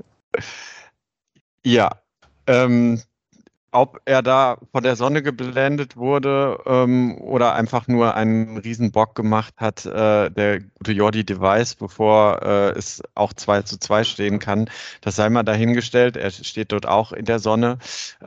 Ja, ob er da von der Sonne geblendet wurde oder einfach nur einen Riesenbock gemacht hat, der gute Jordi de Wijs, bevor es auch 2:2 stehen kann, das sei mal dahingestellt. Er steht dort auch in der Sonne.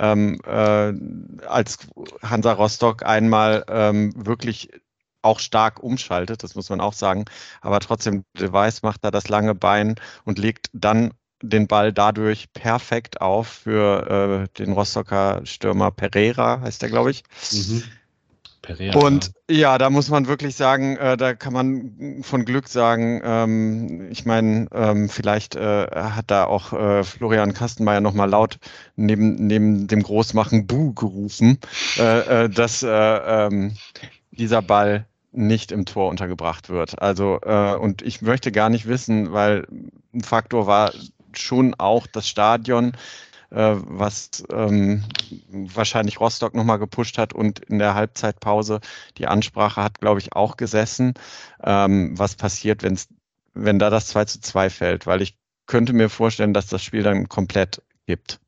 Als Hansa Rostock einmal wirklich auch stark umschaltet, das muss man auch sagen, aber trotzdem, de Wijs macht da das lange Bein und legt dann den Ball dadurch perfekt auf für den Rostocker Stürmer Pereira, heißt der, glaube ich. Pereira. Und ja, da muss man wirklich sagen, da kann man von Glück sagen, ich meine, vielleicht hat da auch Florian Kastenmeier nochmal laut neben dem Großmachen Buh gerufen, dass dieser Ball nicht im Tor untergebracht wird. Also, und ich möchte gar nicht wissen, weil ein Faktor war schon auch das Stadion, was wahrscheinlich Rostock nochmal gepusht hat, und in der Halbzeitpause die Ansprache hat, glaube ich, auch gesessen, was passiert, wenn da das 2:2 fällt, weil ich könnte mir vorstellen, dass das Spiel dann komplett kippt.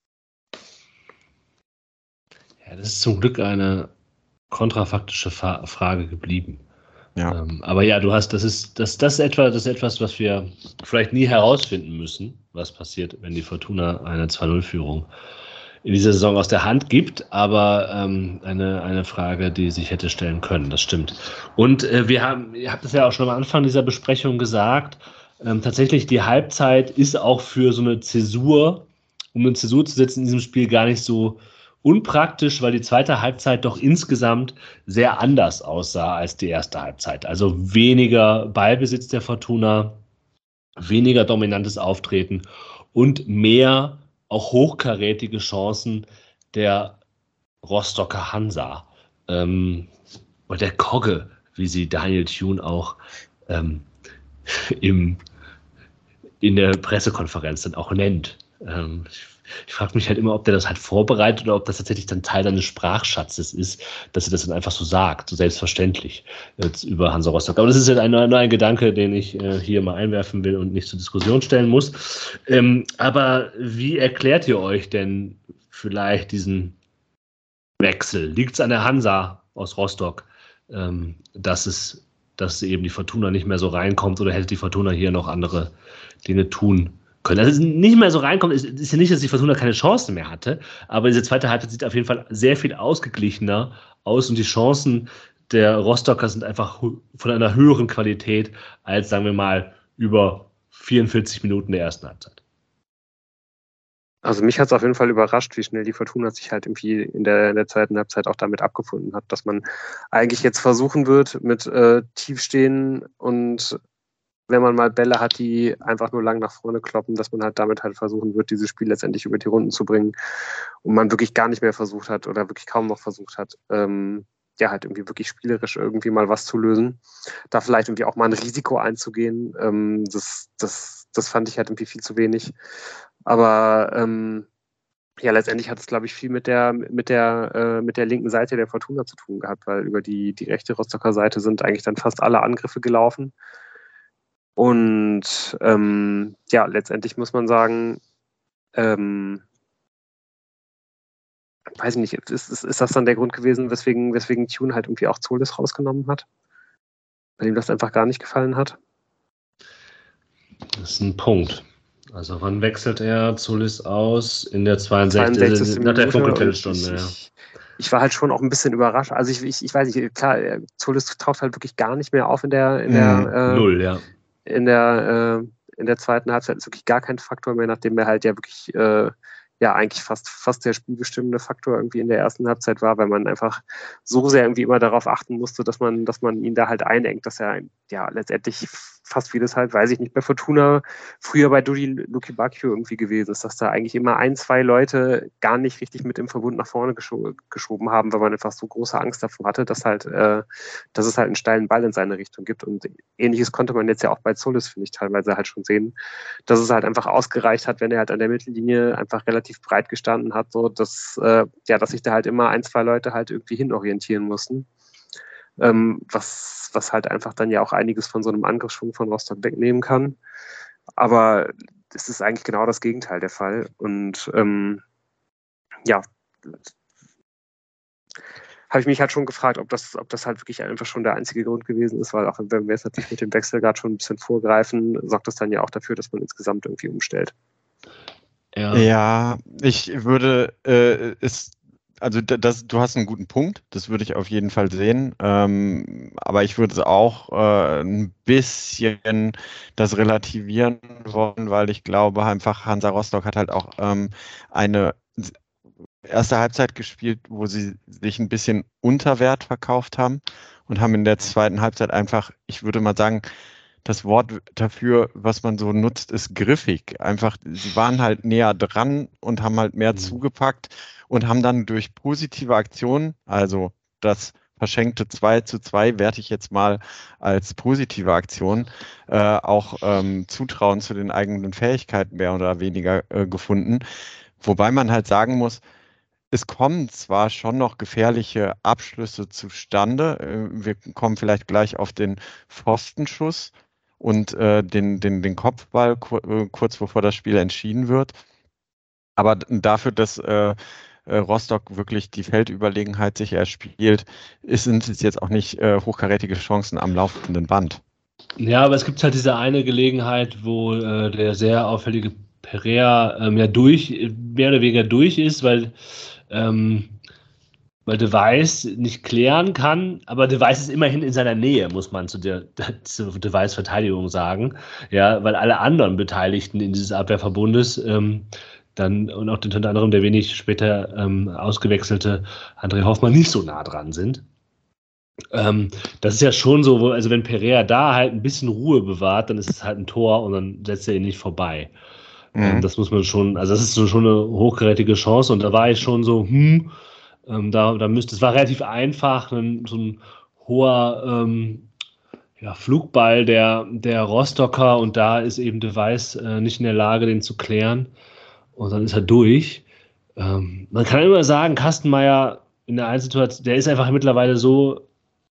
Ja, das ist zum Glück eine kontrafaktische Frage geblieben. Ja. Aber ja, das ist etwas, was wir vielleicht nie herausfinden müssen, was passiert, wenn die Fortuna eine 2:0-Führung in dieser Saison aus der Hand gibt, aber eine Frage, die sich hätte stellen können, das stimmt. Und ihr habt es ja auch schon am Anfang dieser Besprechung gesagt, tatsächlich die Halbzeit ist auch für so eine Zäsur um eine Zäsur zu setzen in diesem Spiel, gar nicht so unpraktisch, weil die zweite Halbzeit doch insgesamt sehr anders aussah als die erste Halbzeit. Also weniger Ballbesitz der Fortuna, weniger dominantes Auftreten und mehr auch hochkarätige Chancen der Rostocker Hansa. Und der Kogge, wie sie Daniel Thune auch in der Pressekonferenz dann auch nennt. Ich frage mich halt immer, ob der das halt vorbereitet oder ob das tatsächlich dann Teil seines Sprachschatzes ist, dass er das dann einfach so sagt, so selbstverständlich über Hansa Rostock. Aber das ist ja nur ein Gedanke, den ich hier mal einwerfen will und nicht zur Diskussion stellen muss. Aber wie erklärt ihr euch denn vielleicht diesen Wechsel? Liegt es an der Hansa aus Rostock, dass eben die Fortuna nicht mehr so reinkommt, oder hätte die Fortuna hier noch andere Dinge tun können? Also nicht mehr so reinkommt, ist ja nicht, dass die Fortuna keine Chancen mehr hatte, aber diese zweite Halbzeit sieht auf jeden Fall sehr viel ausgeglichener aus und die Chancen der Rostocker sind einfach von einer höheren Qualität als, sagen wir mal, über 44 Minuten der ersten Halbzeit. Also mich hat es auf jeden Fall überrascht, wie schnell die Fortuna sich halt irgendwie in der zweiten Halbzeit auch damit abgefunden hat, dass man eigentlich jetzt versuchen wird mit Tiefstehen und wenn man mal Bälle hat, die einfach nur lang nach vorne kloppen, dass man halt damit halt versuchen wird, dieses Spiel letztendlich über die Runden zu bringen und man wirklich gar nicht mehr versucht hat oder wirklich kaum noch versucht hat, halt irgendwie wirklich spielerisch irgendwie mal was zu lösen. Da vielleicht irgendwie auch mal ein Risiko einzugehen, das fand ich halt irgendwie viel zu wenig. Aber letztendlich hat es, glaube ich, viel mit der linken Seite der Fortuna zu tun gehabt, weil über die rechte Rostocker Seite sind eigentlich dann fast alle Angriffe gelaufen. Und letztendlich muss man sagen, weiß ich nicht, ist das dann der Grund gewesen, weswegen Thune halt irgendwie auch Zolis rausgenommen hat? Weil ihm das einfach gar nicht gefallen hat? Das ist ein Punkt. Also wann wechselt er Zolis aus? In der 62. Nach der Funkeltellstunde, ja. Ich war halt schon auch ein bisschen überrascht. Also ich weiß nicht, klar, Zolis taucht halt wirklich gar nicht mehr auf in der Null, ja. In der zweiten Halbzeit ist wirklich gar kein Faktor mehr, nachdem er halt ja wirklich eigentlich fast der spielbestimmende Faktor irgendwie in der ersten Halbzeit war, weil man einfach so sehr irgendwie immer darauf achten musste, dass man ihn da halt einengt, dass er letztendlich fast vieles halt, weiß ich nicht, bei Fortuna früher bei Dodi Lukebakio irgendwie gewesen ist, dass da eigentlich immer 1-2 Leute gar nicht richtig mit im Verbund nach vorne geschoben haben, weil man einfach so große Angst davor hatte, dass es halt einen steilen Ball in seine Richtung gibt. Und Ähnliches konnte man jetzt ja auch bei Zolis, finde ich, teilweise halt schon sehen, dass es halt einfach ausgereicht hat, wenn er halt an der Mittellinie einfach relativ breit gestanden hat, so dass sich da halt immer 1-2 Leute halt irgendwie hinorientieren mussten. Was halt einfach dann ja auch einiges von so einem Angriffsschwung von Rostock wegnehmen kann. Aber es ist eigentlich genau das Gegenteil der Fall. Und habe ich mich halt schon gefragt, ob das halt wirklich einfach schon der einzige Grund gewesen ist, weil auch wenn wir jetzt natürlich mit dem Wechsel gerade schon ein bisschen vorgreifen, sorgt das dann ja auch dafür, dass man insgesamt irgendwie umstellt. Ja, ich würde du hast einen guten Punkt, das würde ich auf jeden Fall sehen, aber ich würde es auch ein bisschen das relativieren wollen, weil ich glaube einfach, Hansa Rostock hat halt auch eine erste Halbzeit gespielt, wo sie sich ein bisschen unter Wert verkauft haben und haben in der zweiten Halbzeit einfach, ich würde mal sagen, das Wort dafür, was man so nutzt, ist griffig. Einfach, sie waren halt näher dran und haben halt mehr zugepackt und haben dann durch positive Aktionen, also das verschenkte 2:2 werte ich jetzt mal als positive Aktion, auch Zutrauen zu den eigenen Fähigkeiten mehr oder weniger gefunden. Wobei man halt sagen muss, es kommen zwar schon noch gefährliche Abschlüsse zustande. Wir kommen vielleicht gleich auf den Pfostenschuss und den Kopfball kurz bevor das Spiel entschieden wird. Aber dafür, dass Rostock wirklich die Feldüberlegenheit sich erspielt, sind es jetzt auch nicht hochkarätige Chancen am laufenden Band. Ja, aber es gibt halt diese eine Gelegenheit, wo der sehr auffällige Perea mehr oder weniger durch ist, weil De Wijs nicht klären kann, aber De Wijs ist immerhin in seiner Nähe, muss man zur De Wijs Verteidigung sagen, ja, weil alle anderen Beteiligten in dieses Abwehrverbundes dann und auch unter anderem der wenig später ausgewechselte André Hoffmann nicht so nah dran sind. Das ist ja schon so, also wenn Pereira da halt ein bisschen Ruhe bewahrt, dann ist es halt ein Tor und dann setzt er ihn nicht vorbei. Das muss man schon, also das ist so schon eine hochkarätige Chance und da war ich schon so, es war relativ einfach, so ein hoher Flugball der Rostocker und da ist eben de Wijs nicht in der Lage, den zu klären und dann ist er durch. Man kann immer sagen, Kastenmeier in der Einzelsituation, der ist einfach mittlerweile so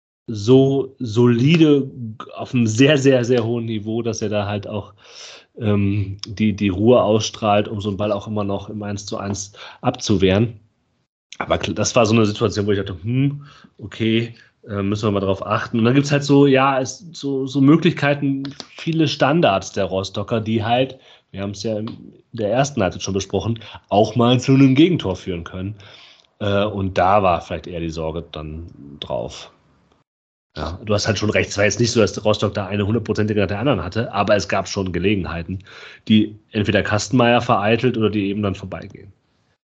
solide auf einem sehr, sehr, sehr hohen Niveau, dass er da halt auch die Ruhe ausstrahlt, um so einen Ball auch immer noch im 1:1 abzuwehren. Aber das war so eine Situation, wo ich dachte, okay, müssen wir mal drauf achten. Und dann gibt es halt so Möglichkeiten, viele Standards der Rostocker, die halt, wir haben es ja in der ersten Halbzeit schon besprochen, auch mal zu einem Gegentor führen können. Und da war vielleicht eher die Sorge dann drauf. Ja, du hast halt schon recht, es war jetzt nicht so, dass Rostock da eine 100%ige nach der anderen hatte, aber es gab schon Gelegenheiten, die entweder Kastenmeier vereitelt oder die eben dann vorbeigehen.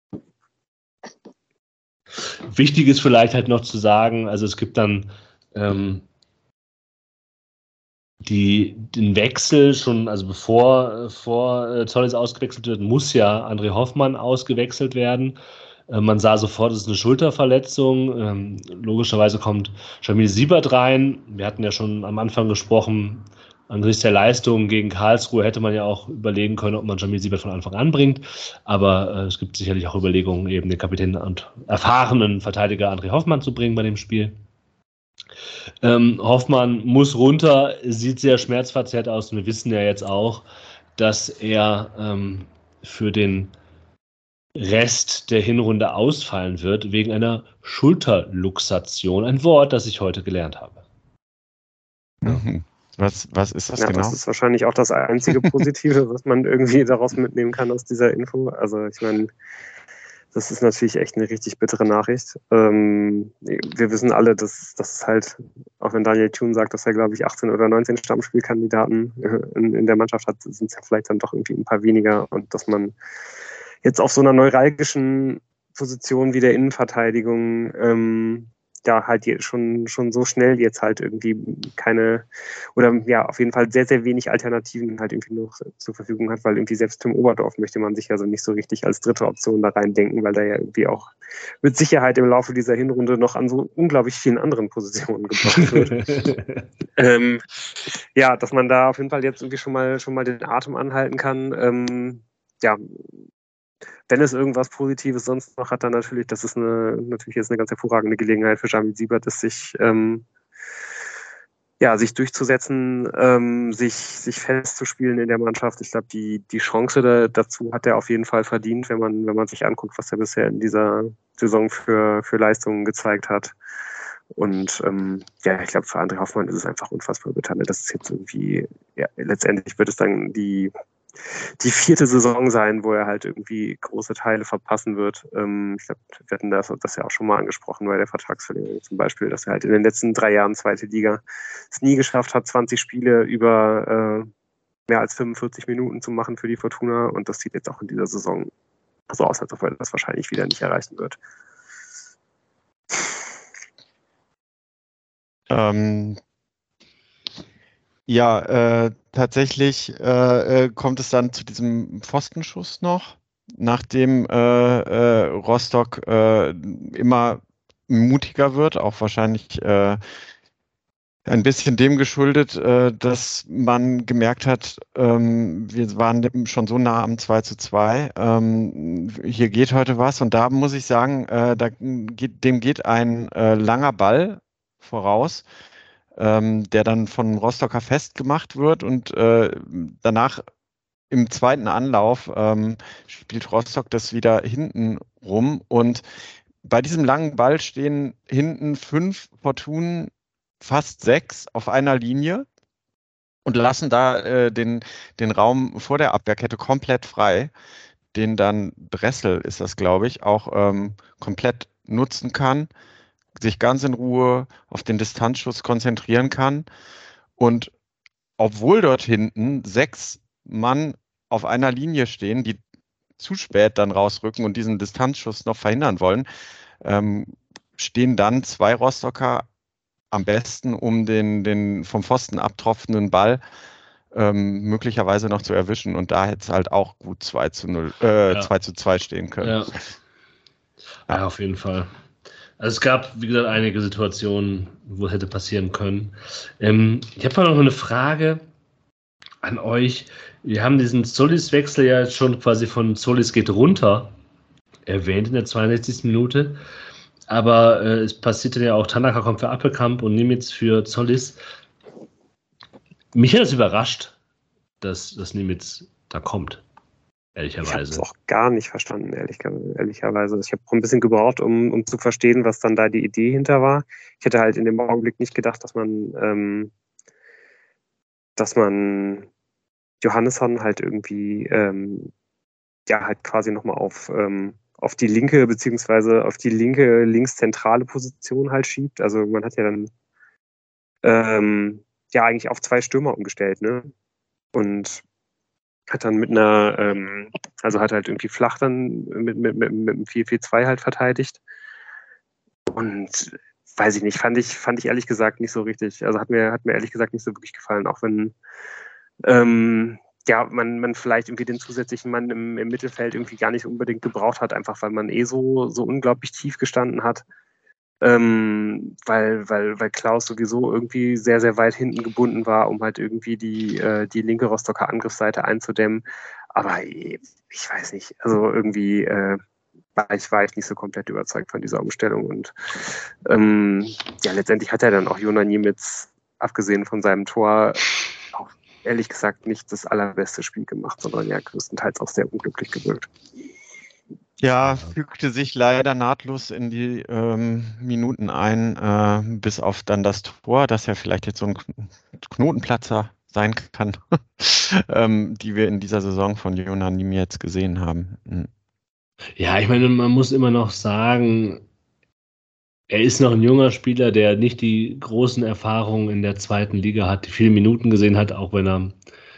Wichtig ist vielleicht halt noch zu sagen, also es gibt dann den Wechsel schon, also bevor Zollis ausgewechselt wird, muss ja André Hoffmann ausgewechselt werden. Man sah sofort, es ist eine Schulterverletzung. Logischerweise kommt Jamil Siebert rein. Wir hatten ja schon am Anfang gesprochen, angesichts der Leistung gegen Karlsruhe hätte man ja auch überlegen können, ob man Jamil Siebert von Anfang an bringt. Aber es gibt sicherlich auch Überlegungen, eben den Kapitän und erfahrenen Verteidiger André Hoffmann zu bringen bei dem Spiel. Hoffmann muss runter, sieht sehr schmerzverzerrt aus. Und wir wissen ja jetzt auch, dass er für den Rest der Hinrunde ausfallen wird wegen einer Schulterluxation. Ein Wort, das ich heute gelernt habe. Ja. Was ist das genau? Das ist wahrscheinlich auch das einzige Positive, was man irgendwie daraus mitnehmen kann aus dieser Info. Also ich meine, das ist natürlich echt eine richtig bittere Nachricht. Wir wissen alle, dass es halt, auch wenn Daniel Thun sagt, dass er, glaube ich, 18 oder 19 Stammspielkandidaten in der Mannschaft hat, sind es ja vielleicht dann doch irgendwie ein paar weniger und dass man jetzt auf so einer neuralgischen Position wie der Innenverteidigung halt schon so schnell jetzt halt irgendwie keine oder ja auf jeden Fall sehr, sehr wenig Alternativen halt irgendwie noch zur Verfügung hat, weil irgendwie selbst Tim Oberdorf möchte man sich also nicht so richtig als dritte Option da reindenken, weil da ja irgendwie auch mit Sicherheit im Laufe dieser Hinrunde noch an so unglaublich vielen anderen Positionen gebraucht wird. Dass man da auf jeden Fall jetzt irgendwie schon mal den Atem anhalten kann. Wenn es irgendwas Positives sonst noch hat, dann natürlich, das ist natürlich jetzt eine ganz hervorragende Gelegenheit für Jamil Siebert, es sich durchzusetzen, sich festzuspielen in der Mannschaft. Ich glaube, die Chance dazu hat er auf jeden Fall verdient, wenn man sich anguckt, was er bisher in dieser Saison für Leistungen gezeigt hat. Und ich glaube, für André Hoffmann ist es einfach unfassbar bitter. Das ist jetzt irgendwie, letztendlich wird es dann die 4. Saison sein, wo er halt irgendwie große Teile verpassen wird. Ich glaube, wir hatten das ja auch schon mal angesprochen bei der Vertragsverlängerung zum Beispiel, dass er halt in den letzten 3 Jahren zweite Liga es nie geschafft hat, 20 Spiele über mehr als 45 Minuten zu machen für die Fortuna und das sieht jetzt auch in dieser Saison so aus, als ob er das wahrscheinlich wieder nicht erreichen wird. Tatsächlich kommt es dann zu diesem Pfostenschuss noch, nachdem Rostock immer mutiger wird, auch wahrscheinlich ein bisschen dem geschuldet, dass man gemerkt hat, wir waren schon so nah am 2:2, hier geht heute was und da muss ich sagen, dem geht ein langer Ball voraus, der dann von Rostocker festgemacht wird und danach im zweiten Anlauf spielt Rostock das wieder hinten rum und bei diesem langen Ball stehen hinten 5 Fortunen, fast 6 auf einer Linie und lassen da den Raum vor der Abwehrkette komplett frei, den dann Dressel, ist das glaube ich, auch komplett nutzen kann, sich ganz in Ruhe auf den Distanzschuss konzentrieren kann. Und obwohl dort hinten 6 Mann auf einer Linie stehen, die zu spät dann rausrücken und diesen Distanzschuss noch verhindern wollen, stehen dann 2 Rostocker am besten, um den vom Pfosten abtropfenden Ball möglicherweise noch zu erwischen. Und da hätte es halt auch gut 2:2 stehen können. Ja, auf jeden Fall. Also es gab, wie gesagt, einige Situationen, wo es hätte passieren können. Ich habe noch eine Frage an euch. Wir haben diesen Zolis-Wechsel ja schon quasi von Zolis geht runter erwähnt in der 62. Minute. Aber es passierte ja auch, Tanaka kommt für Appelkamp und Nimitz für Zolis. Mich hat das überrascht, dass Nimitz da kommt, ehrlicherweise. Ich habe es auch gar nicht verstanden, ehrlicherweise. Ich habe ein bisschen gebraucht, um zu verstehen, was dann da die Idee hinter war. Ich hätte halt in dem Augenblick nicht gedacht, dass man Johannesson halt irgendwie halt quasi nochmal auf die linke, beziehungsweise auf die linke linkszentrale Position halt schiebt. Also man hat ja dann eigentlich auf 2 Stürmer umgestellt, ne? Und hat dann mit einer, hat halt irgendwie flach dann mit einem 4-4-2 halt verteidigt. Und weiß ich nicht, fand ich ehrlich gesagt nicht so richtig. Also hat mir ehrlich gesagt nicht so wirklich gefallen, auch wenn man vielleicht irgendwie den zusätzlichen Mann im Mittelfeld irgendwie gar nicht unbedingt gebraucht hat, einfach weil man so unglaublich tief gestanden hat. Weil Klaus sowieso irgendwie sehr, sehr weit hinten gebunden war, um halt irgendwie die linke Rostocker Angriffsseite einzudämmen. Aber ich weiß nicht, also irgendwie war ich nicht so komplett überzeugt von dieser Umstellung. Und letztendlich hat er dann auch Jonan Nimitz, abgesehen von seinem Tor, auch ehrlich gesagt nicht das allerbeste Spiel gemacht, sondern ja größtenteils auch sehr unglücklich gewirkt. Ja, fügte sich leider nahtlos in die Minuten ein, bis auf dann das Tor, das ja vielleicht jetzt so ein Knotenplatzer sein kann, die wir in dieser Saison von Jonan Nimitz gesehen haben. Ja, ich meine, man muss immer noch sagen, er ist noch ein junger Spieler, der nicht die großen Erfahrungen in der 2. Liga hat, die viele Minuten gesehen hat, auch wenn er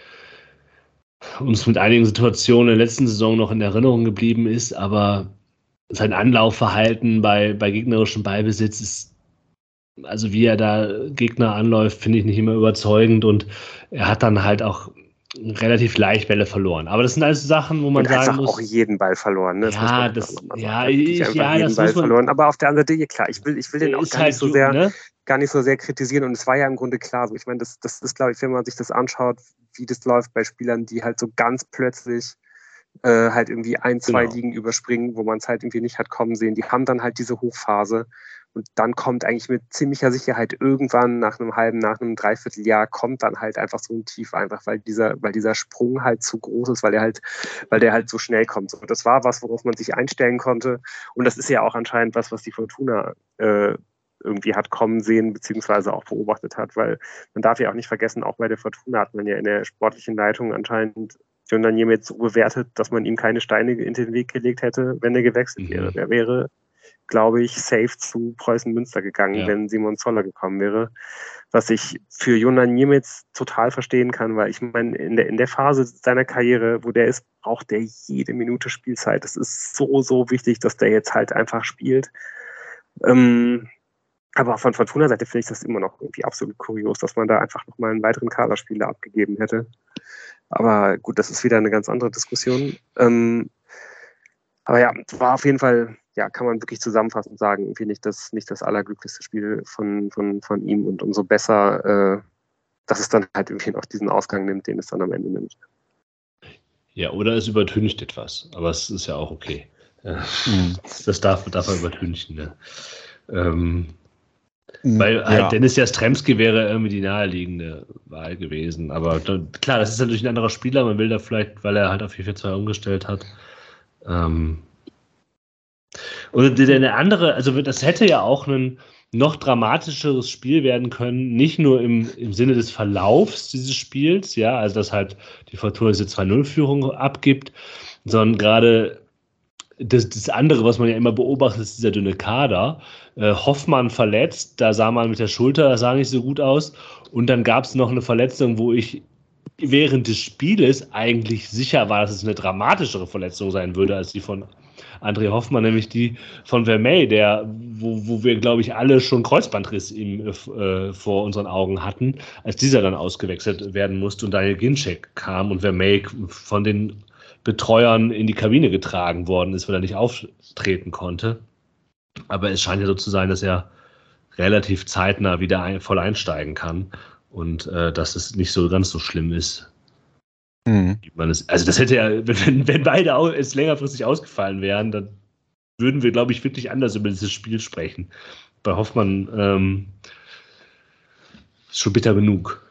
uns mit einigen Situationen in der letzten Saison noch in Erinnerung geblieben ist, aber sein Anlaufverhalten bei gegnerischem Ballbesitz ist, also wie er da Gegner anläuft, finde ich nicht immer überzeugend und er hat dann halt auch relativ leicht Bälle verloren. Aber das sind alles Sachen, wo man sagen einfach muss... auch jeden Ball verloren. Ne? Das muss man... verloren. Aber auf der anderen Seite, klar, ich will den auch gar nicht so sehr kritisieren und es war ja im Grunde klar so. Ich meine, das ist, glaube ich, wenn man sich das anschaut, wie das läuft bei Spielern, die halt so ganz plötzlich halt irgendwie 1-2 Ligen überspringen, wo man es halt irgendwie nicht hat kommen sehen. Die haben dann halt diese Hochphase und dann kommt eigentlich mit ziemlicher Sicherheit irgendwann nach einem Dreivierteljahr kommt dann halt einfach so ein Tief, einfach weil dieser Sprung halt zu groß ist, weil der halt so schnell kommt. So, das war was, worauf man sich einstellen konnte und das ist ja auch anscheinend was die Fortuna irgendwie hat kommen sehen, beziehungsweise auch beobachtet hat, weil man darf ja auch nicht vergessen, auch bei der Fortuna hat man ja in der sportlichen Leitung anscheinend Jonan Nimitz so bewertet, dass man ihm keine Steine in den Weg gelegt hätte, wenn er gewechselt wäre. Der wäre, glaube ich, safe zu Preußen Münster gegangen, wenn Simon Zoller gekommen wäre. Was ich für Jonan Nimitz total verstehen kann, weil ich meine, in der Phase seiner Karriere, wo der ist, braucht der jede Minute Spielzeit. Das ist so, so wichtig, dass der jetzt halt einfach spielt. Aber von Fortuna-Seite finde ich das immer noch irgendwie absolut kurios, dass man da einfach nochmal einen weiteren Kaderspieler abgegeben hätte. Aber gut, das ist wieder eine ganz andere Diskussion. Aber ja, war auf jeden Fall, ja, kann man wirklich zusammenfassend sagen, irgendwie nicht das allerglücklichste Spiel von ihm und umso besser, dass es dann halt irgendwie noch diesen Ausgang nimmt, den es dann am Ende nimmt. Ja, oder es übertüncht etwas, aber es ist ja auch okay. Das darf er übertünchen, ne? Weil halt Dennis Jastrzemski wäre irgendwie die naheliegende Wahl gewesen. Aber klar, das ist natürlich ein anderer Spieler. Man will da vielleicht, weil er halt auf 4-4-2 umgestellt hat. Oder der andere, also das hätte ja auch ein noch dramatischeres Spiel werden können. Nicht nur im Sinne des Verlaufs dieses Spiels, ja, also dass halt die Fortuna diese 2-0-Führung abgibt, sondern gerade das andere, was man ja immer beobachtet, ist dieser dünne Kader. Hoffmann verletzt, da sah man mit der Schulter, das sah nicht so gut aus. Und dann gab es noch eine Verletzung, wo ich während des Spieles eigentlich sicher war, dass es eine dramatischere Verletzung sein würde als die von André Hoffmann, nämlich die von Vermey, wo wir, glaube ich, alle schon Kreuzbandriss vor unseren Augen hatten, als dieser dann ausgewechselt werden musste und Daniel Ginczek kam und Vermey von den Betreuern in die Kabine getragen worden ist, weil er nicht auftreten konnte. Aber es scheint ja so zu sein, dass er relativ zeitnah wieder voll einsteigen kann und dass es nicht so ganz so schlimm ist. Also das hätte ja, wenn beide jetzt längerfristig ausgefallen wären, dann würden wir, glaube ich, wirklich anders über dieses Spiel sprechen. Bei Hoffmann ist schon bitter genug.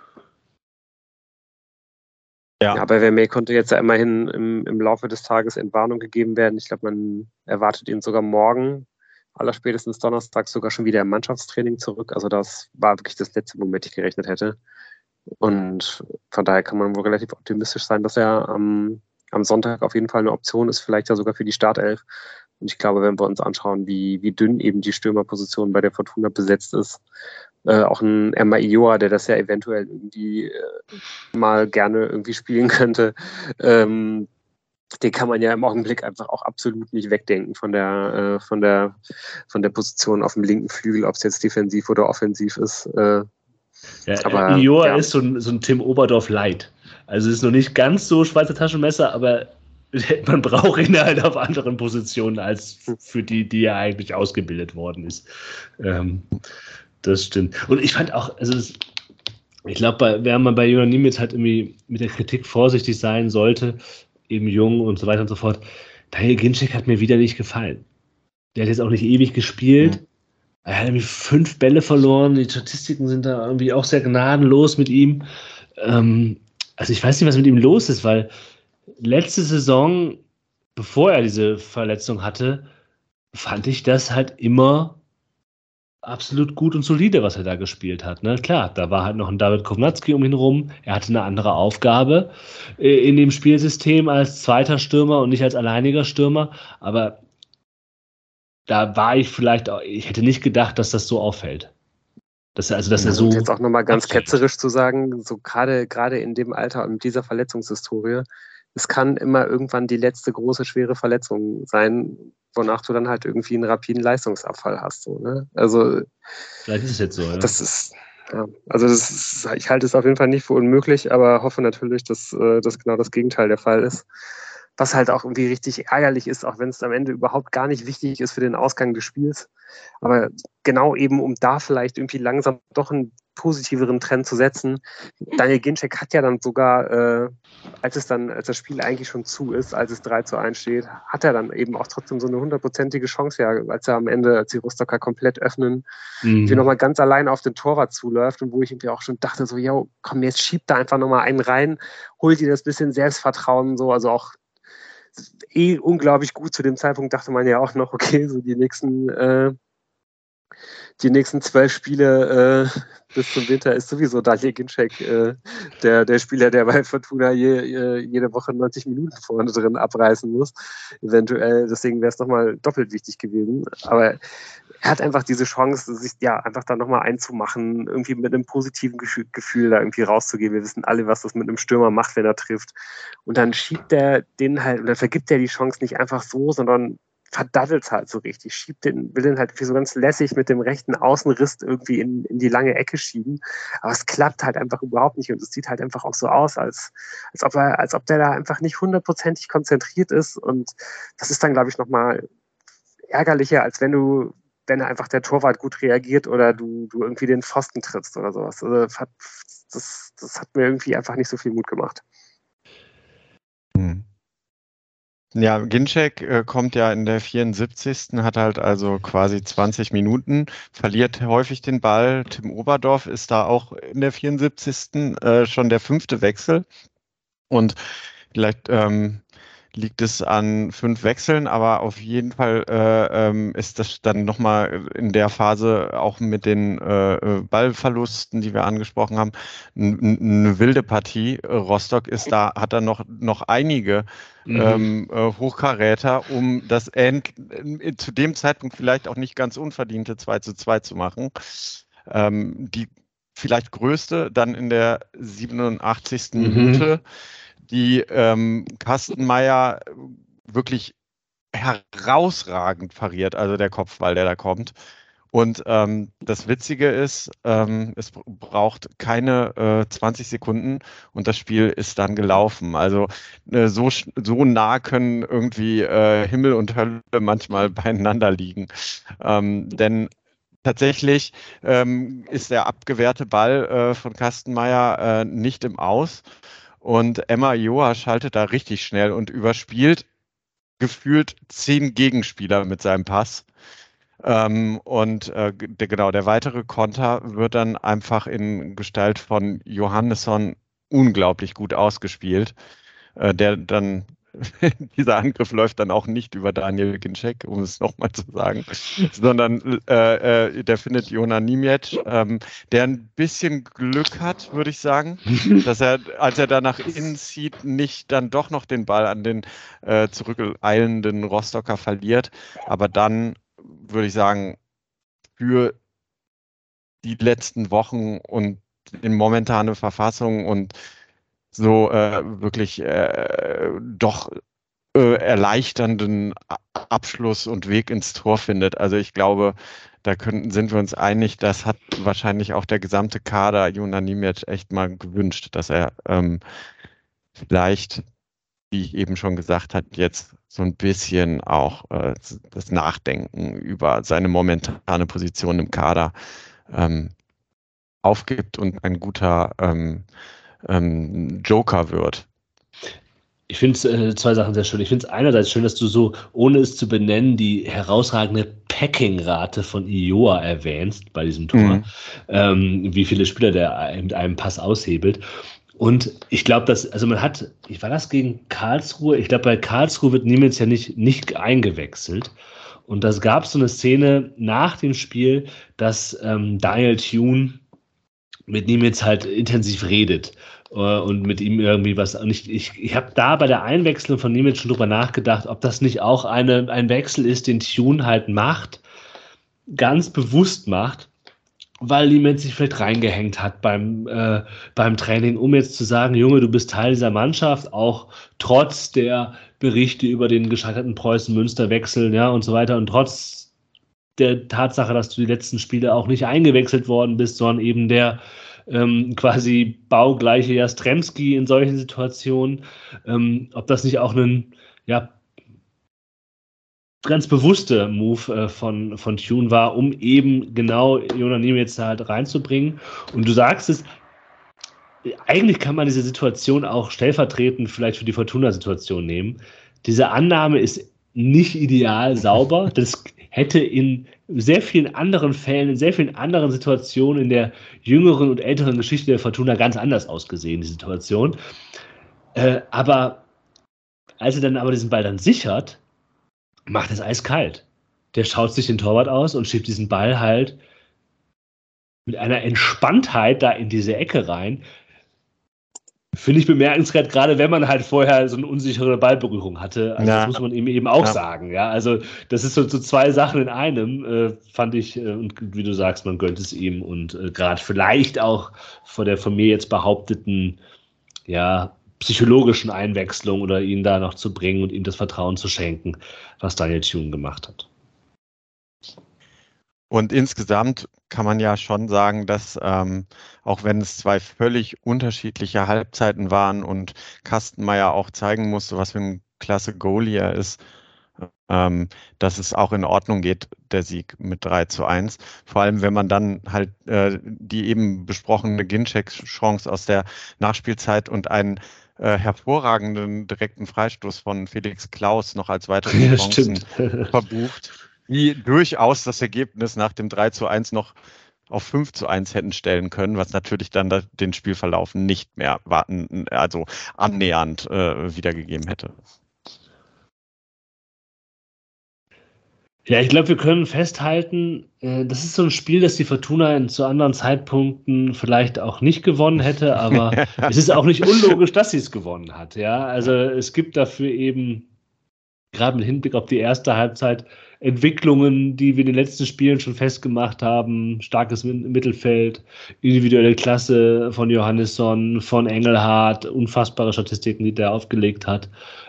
Ja, bei Vermey konnte jetzt ja immerhin im Laufe des Tages Entwarnung gegeben werden. Ich glaube, man erwartet ihn sogar morgen, allerspätestens Donnerstag, sogar schon wieder im Mannschaftstraining zurück. Also das war wirklich das letzte, womit ich gerechnet hätte. Und von daher kann man wohl relativ optimistisch sein, dass er am Sonntag auf jeden Fall eine Option ist, vielleicht ja sogar für die Startelf. Und ich glaube, wenn wir uns anschauen, wie dünn eben die Stürmerposition bei der Fortuna besetzt ist, auch ein Emma Ioa, der das ja eventuell irgendwie mal gerne irgendwie spielen könnte, den kann man ja im Augenblick einfach auch absolut nicht wegdenken von der Position auf dem linken Flügel, ob es jetzt defensiv oder offensiv ist. Aber Ioa ist so ein Tim Oberdorf Light. Also es ist noch nicht ganz so Schweizer Taschenmesser, aber man braucht ihn halt auf anderen Positionen als für die er eigentlich ausgebildet worden ist. Das stimmt. Und ich fand auch, ich glaube, wenn man bei Jona Niemitz halt irgendwie mit der Kritik vorsichtig sein sollte, eben jung und so weiter und so fort, Daniel Ginczek hat mir wieder nicht gefallen. Der hat jetzt auch nicht ewig gespielt. Er hat irgendwie 5 Bälle verloren. Die Statistiken sind da irgendwie auch sehr gnadenlos mit ihm. Also ich weiß nicht, was mit ihm los ist, weil letzte Saison, bevor er diese Verletzung hatte, fand ich das halt immer absolut gut und solide, was er da gespielt hat. Ne? Klar, da war halt noch ein David Kovnatski um ihn rum. Er hatte eine andere Aufgabe in dem Spielsystem als zweiter Stürmer und nicht als alleiniger Stürmer. Aber da war ich ich hätte nicht gedacht, dass das so auffällt. Dass er so. Und jetzt auch nochmal ganz ketzerisch zu sagen, so gerade in dem Alter und mit dieser Verletzungshistorie, es kann immer irgendwann die letzte große, schwere Verletzung sein, wonach du dann halt irgendwie einen rapiden Leistungsabfall hast. So, ne? Also, vielleicht ist es jetzt so, ja. Ich halte es auf jeden Fall nicht für unmöglich, aber hoffe natürlich, dass das genau das Gegenteil der Fall ist. Was halt auch irgendwie richtig ärgerlich ist, auch wenn es am Ende überhaupt gar nicht wichtig ist für den Ausgang des Spiels. Aber genau eben, um da vielleicht irgendwie langsam doch einen positiveren Trend zu setzen. Daniel Ginczek hat ja dann sogar, als das Spiel eigentlich schon zu ist, als es 3:1 steht, hat er dann eben auch trotzdem so eine 100%ige Chance, ja, als die Rostocker komplett öffnen, die nochmal ganz allein auf den Torwart zuläuft und wo ich irgendwie auch schon dachte, so, yo, komm, jetzt schieb da einfach nochmal einen rein, hol dir das bisschen Selbstvertrauen, so, also auch unglaublich gut. Zu dem Zeitpunkt dachte man ja auch noch, okay, so die nächsten 12 Spiele bis zum Winter ist sowieso Daniel Ginczek der Spieler, der bei Fortuna jede Woche 90 Minuten vorne drin abreißen muss. Eventuell, deswegen wäre es nochmal doppelt wichtig gewesen. Aber er hat einfach diese Chance, sich einfach da nochmal einzumachen, irgendwie mit einem positiven Gefühl da irgendwie rauszugehen. Wir wissen alle, was das mit einem Stürmer macht, wenn er trifft. Und dann schiebt er den halt, oder vergibt er die Chance nicht einfach so, sondern verdattelt es halt so richtig, will den halt so ganz lässig mit dem rechten Außenriss irgendwie in die lange Ecke schieben. Aber es klappt halt einfach überhaupt nicht und es sieht halt einfach auch so aus, als ob der da einfach nicht 100%ig konzentriert ist. Und das ist dann, glaube ich, nochmal ärgerlicher, als wenn einfach der Torwart gut reagiert oder du irgendwie den Pfosten trittst oder sowas. Also das hat mir irgendwie einfach nicht so viel Mut gemacht. Ja, Ginczek kommt ja in der 74. Hat halt also quasi 20 Minuten, verliert häufig den Ball. Tim Oberdorf ist da auch in der 74. Schon der 5. Wechsel. Und vielleicht liegt es an 5 Wechseln, aber auf jeden Fall ist das dann nochmal in der Phase auch mit den Ballverlusten, die wir angesprochen haben, eine wilde Partie. Rostock hat da noch einige Hochkaräter, um das zu dem Zeitpunkt vielleicht auch nicht ganz unverdiente 2:2 zu machen. Die vielleicht größte, dann in der 87. Minute, die Kastenmeier wirklich herausragend pariert, also der Kopfball, der da kommt. Und das Witzige ist, es braucht keine 20 Sekunden und das Spiel ist dann gelaufen. Also so nah können irgendwie Himmel und Hölle manchmal beieinander liegen. Denn tatsächlich ist der abgewehrte Ball von Kastenmeier nicht im Aus. Und Emma Joa schaltet da richtig schnell und überspielt gefühlt 10 Gegenspieler mit seinem Pass. Der weitere Konter wird dann einfach in Gestalt von Johannesson unglaublich gut ausgespielt. Dieser Angriff läuft dann auch nicht über Daniel Ginczek, um es nochmal zu sagen, sondern der findet Jona Niemiec, der ein bisschen Glück hat, würde ich sagen, dass er, als er da nach innen zieht, nicht dann doch noch den Ball an den zurückeilenden Rostocker verliert, aber dann würde ich sagen, für die letzten Wochen und in momentane Verfassung und so wirklich doch erleichternden Abschluss und Weg ins Tor findet. Also ich glaube, da sind wir uns einig, das hat wahrscheinlich auch der gesamte Kader Jona Niemiec echt mal gewünscht, dass er vielleicht, wie ich eben schon gesagt habe, jetzt so ein bisschen auch das Nachdenken über seine momentane Position im Kader aufgibt und ein guter Joker wird. Ich finde zwei Sachen sehr schön. Ich finde es einerseits schön, dass du so, ohne es zu benennen, die herausragende Packing-Rate von Ioa erwähnst bei diesem Tor. Wie viele Spieler der mit einem Pass aushebelt. Und ich glaube, war das gegen Karlsruhe? Ich glaube, bei Karlsruhe wird Niemiec ja nicht eingewechselt. Und das gab so eine Szene nach dem Spiel, dass Daniel Thune mit Niemiec halt intensiv redet und mit ihm irgendwie was. Und ich habe da bei der Einwechslung von Niemiec schon drüber nachgedacht, ob das nicht auch ein Wechsel ist, den Thune halt ganz bewusst macht, weil Niemiec sich vielleicht reingehängt hat beim Training, um jetzt zu sagen, Junge, du bist Teil dieser Mannschaft, auch trotz der Berichte über den gescheiterten Preußen-Münster-Wechsel, ja, und so weiter, und trotz der Tatsache, dass du die letzten Spiele auch nicht eingewechselt worden bist, sondern eben der quasi baugleiche Jastrzębski in solchen Situationen, ob das nicht auch ein ganz bewusster Move von Thune war, um eben genau Jona Niemiec halt reinzubringen. Und du sagst es, eigentlich kann man diese Situation auch stellvertretend vielleicht für die Fortuna-Situation nehmen. Diese Annahme ist nicht ideal sauber. Das hätte in sehr vielen anderen Fällen, in sehr vielen anderen Situationen in der jüngeren und älteren Geschichte der Fortuna ganz anders ausgesehen, die Situation. Aber als er dann aber diesen Ball dann sichert, macht es eiskalt. Der schaut sich den Torwart aus und schiebt diesen Ball halt mit einer Entspanntheit da in diese Ecke rein. Finde ich bemerkenswert, gerade wenn man halt vorher so eine unsichere Ballberührung hatte. Also das muss man ihm eben auch sagen. Ja? Also das ist so zwei Sachen in einem, fand ich. Und wie du sagst, man gönnt es ihm. Und gerade vielleicht auch vor der von mir jetzt behaupteten psychologischen Einwechslung oder ihn da noch zu bringen und ihm das Vertrauen zu schenken, was Daniel Thune gemacht hat. Und insgesamt kann man ja schon sagen, dass auch wenn es zwei völlig unterschiedliche Halbzeiten waren und Kastenmeier auch zeigen musste, was für ein klasse Goalie er ist, dass es auch in Ordnung geht, der Sieg mit 3:1. Vor allem, wenn man dann halt die eben besprochene Ginczek-Chance aus der Nachspielzeit und einen hervorragenden direkten Freistoß von Felix Klaus noch als weitere Chancen verbucht, die durchaus das Ergebnis nach dem 3:1 noch auf 5:1 hätten stellen können, was natürlich dann den Spielverlauf nicht mehr annähernd wiedergegeben hätte. Ja, ich glaube, wir können festhalten, das ist so ein Spiel, das die Fortuna zu anderen Zeitpunkten vielleicht auch nicht gewonnen hätte, aber es ist auch nicht unlogisch, dass sie es gewonnen hat. Ja, also es gibt dafür eben gerade mit Hinblick auf die erste Halbzeit, Entwicklungen, die wir in den letzten Spielen schon festgemacht haben, starkes Mittelfeld, individuelle Klasse von Johannisson, von Engelhardt, unfassbare Statistiken, die der aufgelegt hat.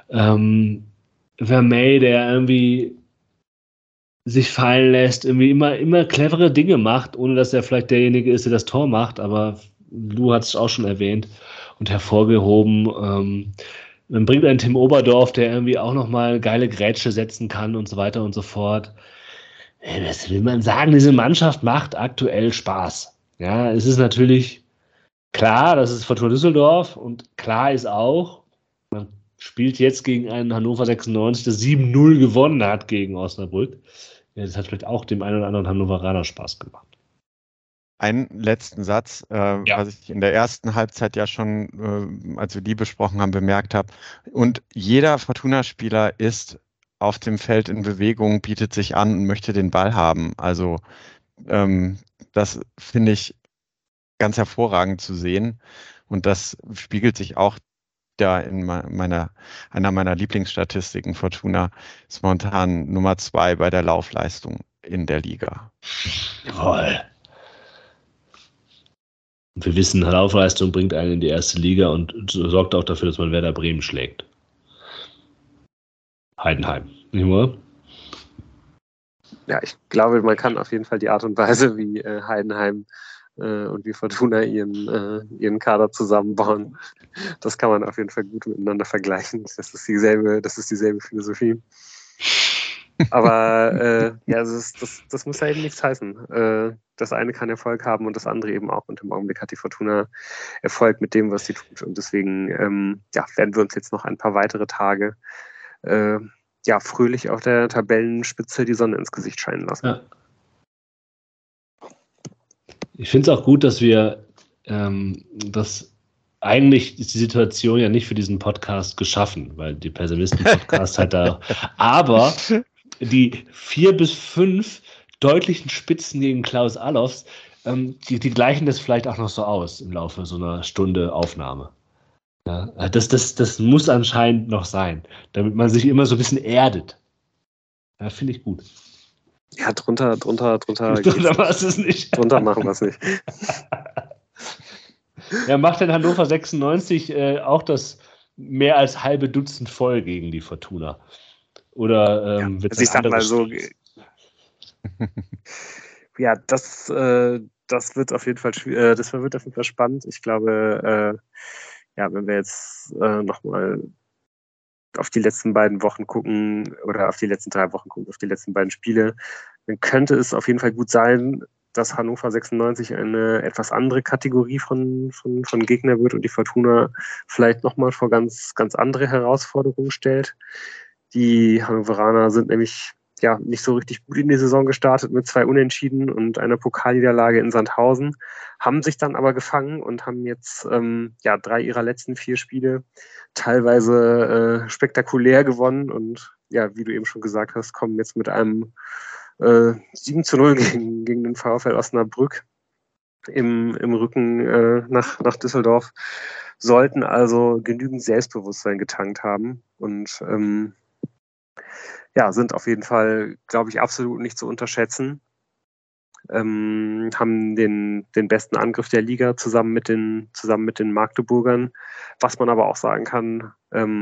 Vermey, der irgendwie sich fallen lässt, irgendwie immer clevere Dinge macht, ohne dass er vielleicht derjenige ist, der das Tor macht, aber Lou hat es auch schon erwähnt und hervorgehoben. Man bringt einen Tim Oberdorf, der irgendwie auch nochmal geile Grätsche setzen kann und so weiter und so fort. Was will man sagen? Diese Mannschaft macht aktuell Spaß. Ja, es ist natürlich klar, das ist Fortuna Düsseldorf und klar ist auch, man spielt jetzt gegen einen Hannover 96, das 7-0 gewonnen hat gegen Osnabrück. Ja, das hat vielleicht auch dem einen oder anderen Hannoveraner Spaß gemacht. Einen letzten Satz, was ich in der ersten Halbzeit ja schon, als wir die besprochen haben, bemerkt habe. Und jeder Fortuna-Spieler ist auf dem Feld in Bewegung, bietet sich an und möchte den Ball haben. Also das finde ich ganz hervorragend zu sehen. Und das spiegelt sich auch da in einer meiner Lieblingsstatistiken. Fortuna ist momentan Nummer 2 bei der Laufleistung in der Liga. Jawohl. Und wir wissen, Laufleistung bringt einen in die erste Liga und sorgt auch dafür, dass man Werder Bremen schlägt. Heidenheim, nicht wahr? Ja, ich glaube, man kann auf jeden Fall die Art und Weise, wie Heidenheim und wie Fortuna ihren Kader zusammenbauen, das kann man auf jeden Fall gut miteinander vergleichen. Das ist dieselbe Philosophie. Aber das muss ja eben nichts heißen. Das eine kann Erfolg haben und das andere eben auch. Und im Augenblick hat die Fortuna Erfolg mit dem, was sie tut. Und deswegen werden wir uns jetzt noch ein paar weitere Tage fröhlich auf der Tabellenspitze die Sonne ins Gesicht scheinen lassen. Ja. Ich finde es auch gut, dass wir das eigentlich ist die Situation ja nicht für diesen Podcast geschaffen, weil die Pessimisten-Podcast halt da. Aber die 4 bis 5 deutlichen Spitzen gegen Klaus Allofs, die gleichen das vielleicht auch noch so aus im Laufe so einer Stunde Aufnahme. Ja, das muss anscheinend noch sein, damit man sich immer so ein bisschen erdet. Ja, finde ich gut. Ja, drunter machst es nicht. Drunter machen wir es nicht. Ja, macht denn Hannover 96 auch das mehr als halbe Dutzend voll gegen die Fortuna? Oder wird es ich sag mal so, ja, das wird auf jeden Fall das wird auf jeden Fall spannend. Ich glaube, wenn wir jetzt nochmal auf die letzten beiden Wochen gucken oder auf die letzten 3 Wochen gucken, auf die letzten beiden Spiele, dann könnte es auf jeden Fall gut sein, dass Hannover 96 eine etwas andere Kategorie von Gegner wird und die Fortuna vielleicht nochmal vor ganz, ganz andere Herausforderungen stellt. Die Hannoveraner sind nämlich nicht so richtig gut in die Saison gestartet mit 2 Unentschieden und einer Pokalniederlage in Sandhausen, haben sich dann aber gefangen und haben jetzt 3 ihrer letzten 4 Spiele teilweise spektakulär gewonnen und wie du eben schon gesagt hast, kommen jetzt mit einem 7-0 gegen den VfL Osnabrück im Rücken nach Düsseldorf, sollten also genügend Selbstbewusstsein getankt haben und sind auf jeden Fall, glaube ich, absolut nicht zu unterschätzen. Haben den besten Angriff der Liga zusammen mit den Magdeburgern. Was man aber auch sagen kann,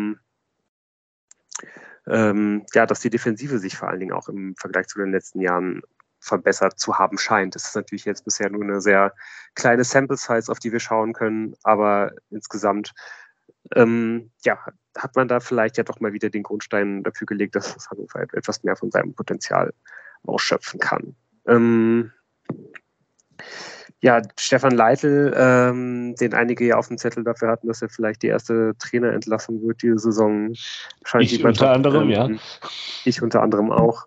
dass die Defensive sich vor allen Dingen auch im Vergleich zu den letzten Jahren verbessert zu haben scheint. Es ist natürlich jetzt bisher nur eine sehr kleine Sample-Size, auf die wir schauen können, aber insgesamt hat man da vielleicht ja doch mal wieder den Grundstein dafür gelegt, dass das Hannover etwas mehr von seinem Potenzial ausschöpfen kann. Stefan Leitl, den einige ja auf dem Zettel dafür hatten, dass er vielleicht die erste Trainerentlassung wird diese Saison. Ich unter anderem, Ich unter anderem auch.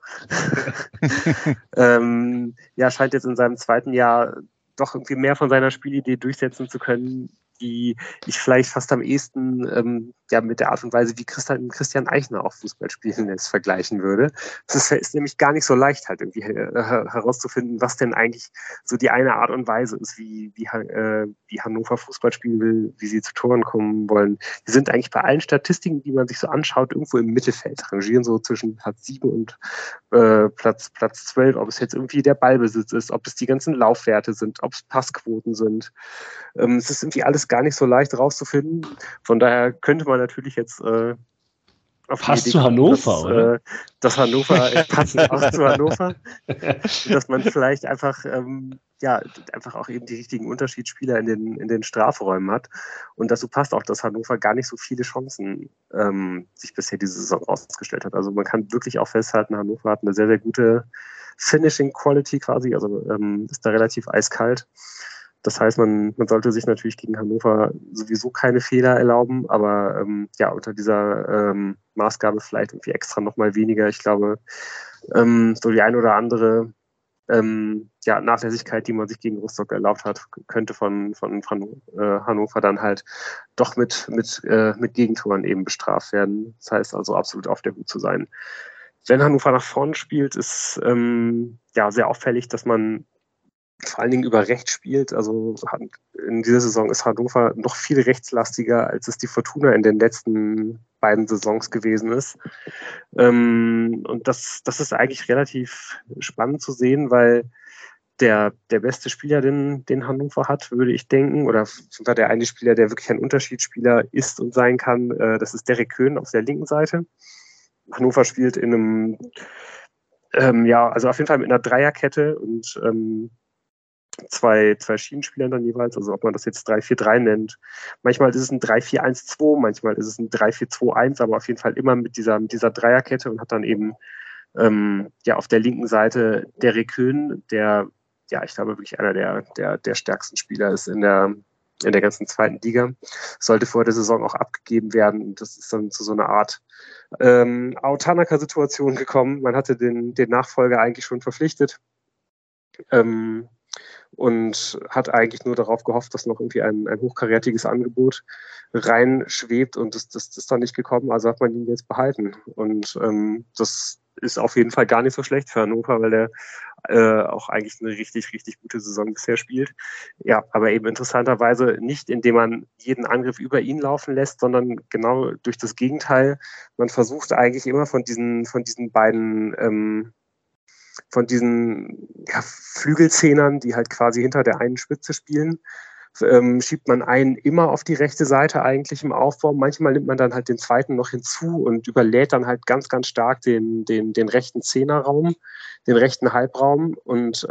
Scheint jetzt in seinem zweiten Jahr doch irgendwie mehr von seiner Spielidee durchsetzen zu können. die ich vielleicht fast am ehesten mit der Art und Weise, wie Christian Eichner auch Fußball spielen lässt, vergleichen würde. Es ist nämlich gar nicht so leicht, halt irgendwie herauszufinden, was denn eigentlich so die eine Art und Weise ist, wie Hannover Fußball spielen will, wie sie zu Toren kommen wollen. Die sind eigentlich bei allen Statistiken, die man sich so anschaut, irgendwo im Mittelfeld, rangieren so zwischen Platz 7 und Platz 12, ob es jetzt irgendwie der Ballbesitz ist, ob es die ganzen Laufwerte sind, ob es Passquoten sind. Es ist irgendwie alles gar nicht so leicht rauszufinden. Von daher könnte man natürlich jetzt passt zu Hannover, oder? Dass Hannover passt auch zu Hannover. Dass man vielleicht einfach auch eben die richtigen Unterschiedsspieler in den Strafräumen hat. Und dazu passt auch, dass Hannover gar nicht so viele Chancen sich bisher diese Saison rausgestellt hat. Also man kann wirklich auch festhalten, Hannover hat eine sehr, sehr gute Finishing Quality quasi, also ist da relativ eiskalt. Das heißt, man sollte sich natürlich gegen Hannover sowieso keine Fehler erlauben, aber unter dieser Maßgabe vielleicht irgendwie extra nochmal weniger. Ich glaube, so die ein oder andere Nachlässigkeit, die man sich gegen Rostock erlaubt hat, könnte von Hannover dann halt doch mit Gegentoren eben bestraft werden. Das heißt also absolut auf der Hut zu sein. Wenn Hannover nach vorne spielt, ist sehr auffällig, dass man vor allen Dingen über rechts spielt. Also in dieser Saison ist Hannover noch viel rechtslastiger, als es die Fortuna in den letzten beiden Saisons gewesen ist. Und das ist eigentlich relativ spannend zu sehen, weil der beste Spieler, den Hannover hat, würde ich denken, oder sogar der eine Spieler, der wirklich ein Unterschiedsspieler ist und sein kann, das ist Derek Köhn auf der linken Seite. Hannover spielt in einem also auf jeden Fall mit einer Dreierkette und zwei Schienenspielern dann jeweils, also ob man das jetzt 3-4-3 nennt. Manchmal ist es ein 3-4-1-2, manchmal ist es ein 3-4-2-1, aber auf jeden Fall immer mit dieser Dreierkette und hat dann eben auf der linken Seite Derek Köhn, der ich glaube wirklich einer der stärksten Spieler ist in der ganzen zweiten Liga. Sollte vor der Saison auch abgegeben werden. Und das ist dann zu so einer Art Ao-Tanaka-Situation gekommen. Man hatte den Nachfolger eigentlich schon verpflichtet. Und hat eigentlich nur darauf gehofft, dass noch irgendwie ein hochkarätiges Angebot reinschwebt und das ist dann nicht gekommen, also hat man ihn jetzt behalten. Und das ist auf jeden Fall gar nicht so schlecht für Hannover, weil der auch eigentlich eine richtig, richtig gute Saison bisher spielt. Ja, aber eben interessanterweise nicht, indem man jeden Angriff über ihn laufen lässt, sondern genau durch das Gegenteil. Man versucht eigentlich immer von diesen beiden Flügelzehnern, die halt quasi hinter der einen Spitze spielen, schiebt man einen immer auf die rechte Seite eigentlich im Aufbau. Manchmal nimmt man dann halt den zweiten noch hinzu und überlädt dann halt ganz, ganz stark den rechten Zehnerraum, den rechten Halbraum und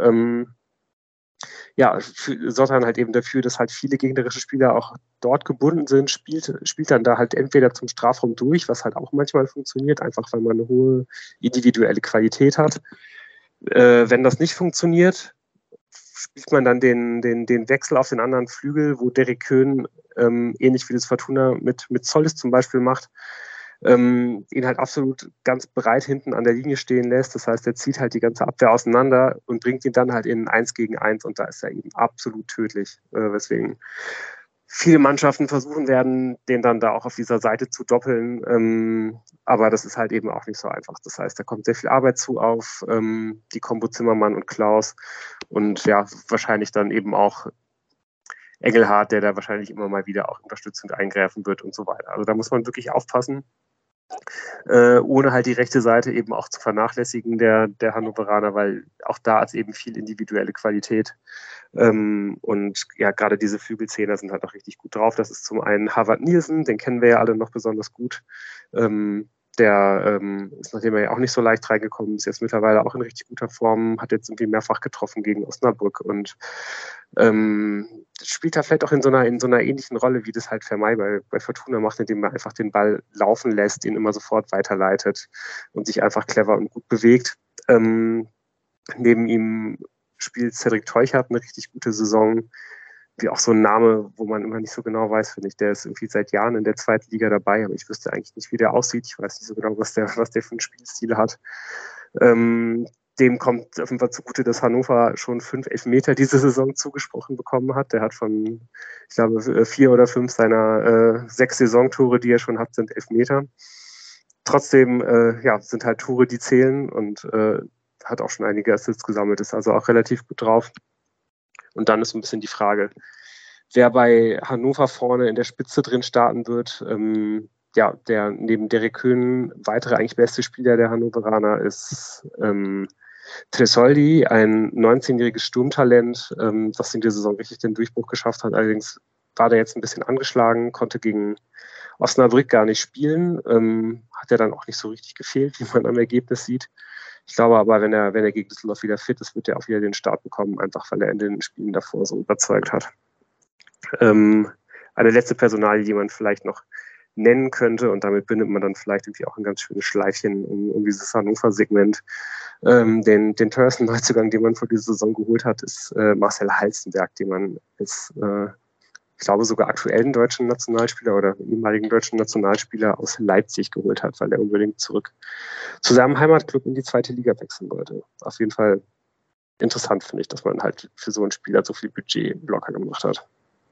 sorgt dann halt eben dafür, dass halt viele gegnerische Spieler auch dort gebunden sind, spielt dann da halt entweder zum Strafraum durch, was halt auch manchmal funktioniert, einfach weil man eine hohe individuelle Qualität hat. Wenn das nicht funktioniert, spielt man dann den Wechsel auf den anderen Flügel, wo Derek Köhn ähnlich wie das Fortuna mit Zollis zum Beispiel macht, ihn halt absolut ganz breit hinten an der Linie stehen lässt. Das heißt, er zieht halt die ganze Abwehr auseinander und bringt ihn dann halt in 1 gegen 1 und da ist er eben absolut tödlich. Weswegen viele Mannschaften versuchen werden, den dann da auch auf dieser Seite zu doppeln. Aber das ist halt eben auch nicht so einfach. Das heißt, da kommt sehr viel Arbeit zu auf die Kombo Zimmermann und Klaus und ja, wahrscheinlich dann eben auch Engelhardt, der da wahrscheinlich immer mal wieder auch unterstützend eingreifen wird und so weiter. Also da muss man wirklich aufpassen, ohne halt die rechte Seite eben auch zu vernachlässigen der Hannoveraner, weil auch da ist eben viel individuelle Qualität. Und ja, gerade diese Flügelzehner sind halt auch richtig gut drauf. Das ist zum einen Harvard Nielsen, den kennen wir ja alle noch besonders gut. Der ist, nachdem er ja auch nicht so leicht reingekommen ist, jetzt mittlerweile auch in richtig guter Form, hat jetzt irgendwie mehrfach getroffen gegen Osnabrück und spielt da vielleicht auch in so einer ähnlichen Rolle, wie das halt Vermey bei Fortuna macht, indem er einfach den Ball laufen lässt, ihn immer sofort weiterleitet und sich einfach clever und gut bewegt. Neben ihm spielt Cedric Teuchert eine richtig gute Saison, wie auch so ein Name, wo man immer nicht so genau weiß, finde ich. Der ist irgendwie seit Jahren in der zweiten Liga dabei, aber ich wüsste eigentlich nicht, wie der aussieht. Ich weiß nicht so genau, was der für einen Spielstil hat. dem kommt auf jeden Fall zugute, dass Hannover schon 5 Elfmeter diese Saison zugesprochen bekommen hat. Der hat von, ich glaube, 4 oder 5 seiner 6 Saisontore, die er schon hat, sind Elfmeter. Trotzdem sind halt Tore, die zählen und hat auch schon einige Assists gesammelt, ist also auch relativ gut drauf. Und dann ist so ein bisschen die Frage, wer bei Hannover vorne in der Spitze drin starten wird. Der neben Derek Köhn weitere eigentlich beste Spieler der Hannoveraner ist Tresoldi, ein 19-jähriges Sturmtalent, das in der Saison richtig den Durchbruch geschafft hat. Allerdings war der jetzt ein bisschen angeschlagen, konnte gegen Osnabrück gar nicht spielen, hat ja dann auch nicht so richtig gefehlt, wie man am Ergebnis sieht. Ich glaube aber, wenn er gegen Düsseldorf wieder fit ist, wird er auch wieder den Start bekommen, einfach weil er in den Spielen davor so überzeugt hat. Eine letzte Personalie, die man vielleicht noch nennen könnte, und damit bindet man dann vielleicht irgendwie auch ein ganz schönes Schleifchen um dieses Hannover-Segment. Den teuersten Neuzugang, den man vor dieser Saison geholt hat, ist Marcel Halstenberg, den man als, ich glaube, sogar aktuellen deutschen Nationalspieler oder ehemaligen deutschen Nationalspieler aus Leipzig geholt hat, weil er unbedingt zurück zu seinem Heimatclub in die 2. Liga wechseln wollte. Auf jeden Fall interessant, finde ich, dass man halt für so einen Spieler so viel Budget locker gemacht hat.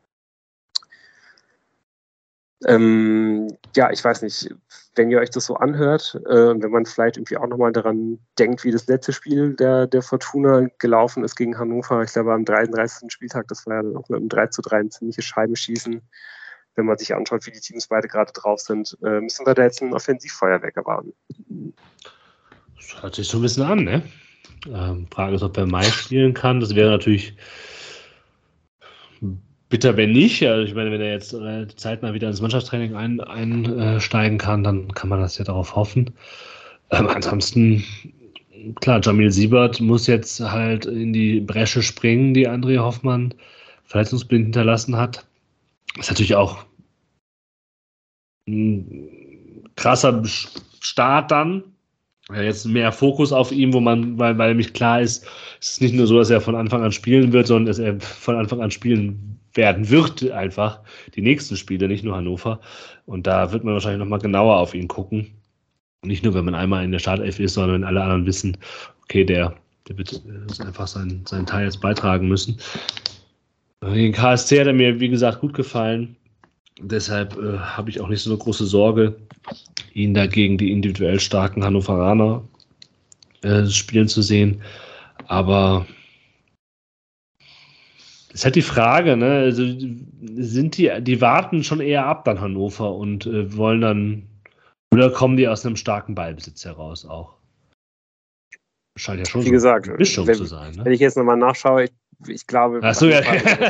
Ich weiß nicht, wenn ihr euch das so anhört, wenn man vielleicht irgendwie auch nochmal daran denkt, wie das letzte Spiel der Fortuna gelaufen ist gegen Hannover, ich glaube am 33. Spieltag, das war ja dann auch mit einem 3:3 ein ziemliches Scheibenschießen. Wenn man sich anschaut, wie die Teams beide gerade drauf sind, müssen wir da jetzt ein Offensivfeuerwerk erwarten. Das hört sich so ein bisschen an, ne? Frage ist, ob er Mai spielen kann. Das wäre natürlich bitter, wenn nicht. Also ich meine, wenn er jetzt zeitnah wieder ins Mannschaftstraining einsteigen kann, dann kann man das ja darauf hoffen. Ansonsten, klar, Jamil Siebert muss jetzt halt in die Bresche springen, die André Hoffmann verletzungsbedingt hinterlassen hat. Das ist natürlich auch ein krasser Start dann. Ja, jetzt mehr Fokus auf ihm, weil nämlich klar ist, es ist nicht nur so, dass er von Anfang an spielen wird, sondern dass er von Anfang an spielen werden wird, einfach die nächsten Spiele, nicht nur Hannover. Und da wird man wahrscheinlich nochmal genauer auf ihn gucken. Nicht nur, wenn man einmal in der Startelf ist, sondern wenn alle anderen wissen, okay, der wird einfach seinen Teil jetzt beitragen müssen. Gegen KSC hat er mir, wie gesagt, gut gefallen. Deshalb habe ich auch nicht so eine große Sorge, ihn dagegen die individuell starken Hannoveraner spielen zu sehen. Aber es ist halt die Frage, ne? Also sind die warten schon eher ab dann Hannover und wollen dann, oder kommen die aus einem starken Ballbesitz heraus auch? Scheint ja schon wie gesagt, eine Mischung zu sein. Ne? Wenn ich jetzt nochmal nachschaue, ich glaube, ach so, ja.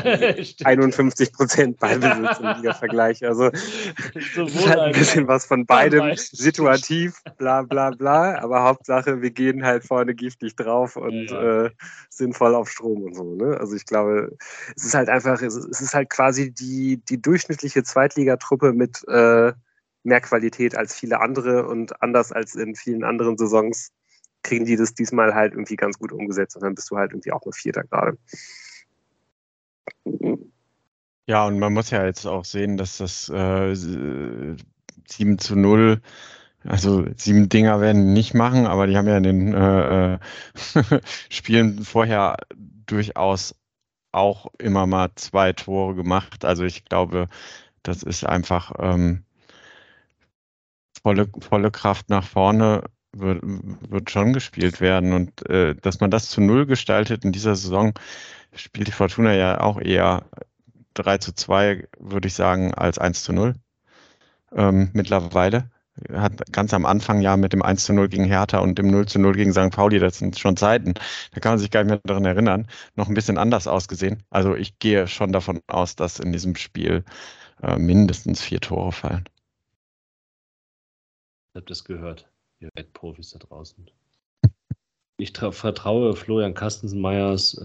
51% Ballbesitz im Liga-Vergleich. Also es ist halt ein bisschen was von beidem, situativ, bla bla bla, aber Hauptsache, wir gehen halt vorne giftig drauf und sind voll auf Strom und so. Ne? Also ich glaube, es ist halt einfach, es ist halt quasi die durchschnittliche Zweitligatruppe mit mehr Qualität als viele andere und anders als in vielen anderen Saisons kriegen die das diesmal halt irgendwie ganz gut umgesetzt und dann bist du halt irgendwie auch nur Vierter gerade. Ja, und man muss ja jetzt auch sehen, dass das 7:0, also 7 Dinger werden die nicht machen, aber die haben ja in den Spielen vorher durchaus auch immer mal 2 Tore gemacht. Also ich glaube, das ist einfach volle Kraft nach vorne wird schon gespielt werden. Und dass man das zu 0 gestaltet in dieser Saison, spielt die Fortuna ja auch eher 3:2, würde ich sagen, als 1:0 mittlerweile. Hat ganz am Anfang ja mit dem 1:0 gegen Hertha und dem 0:0 gegen St. Pauli, das sind schon Zeiten, da kann man sich gar nicht mehr daran erinnern, noch ein bisschen anders ausgesehen. Also ich gehe schon davon aus, dass in diesem Spiel mindestens 4 Tore fallen. Ich habe das gehört, ihr Wettprofis da draußen. Ich vertraue Florian Carstensen-Meyers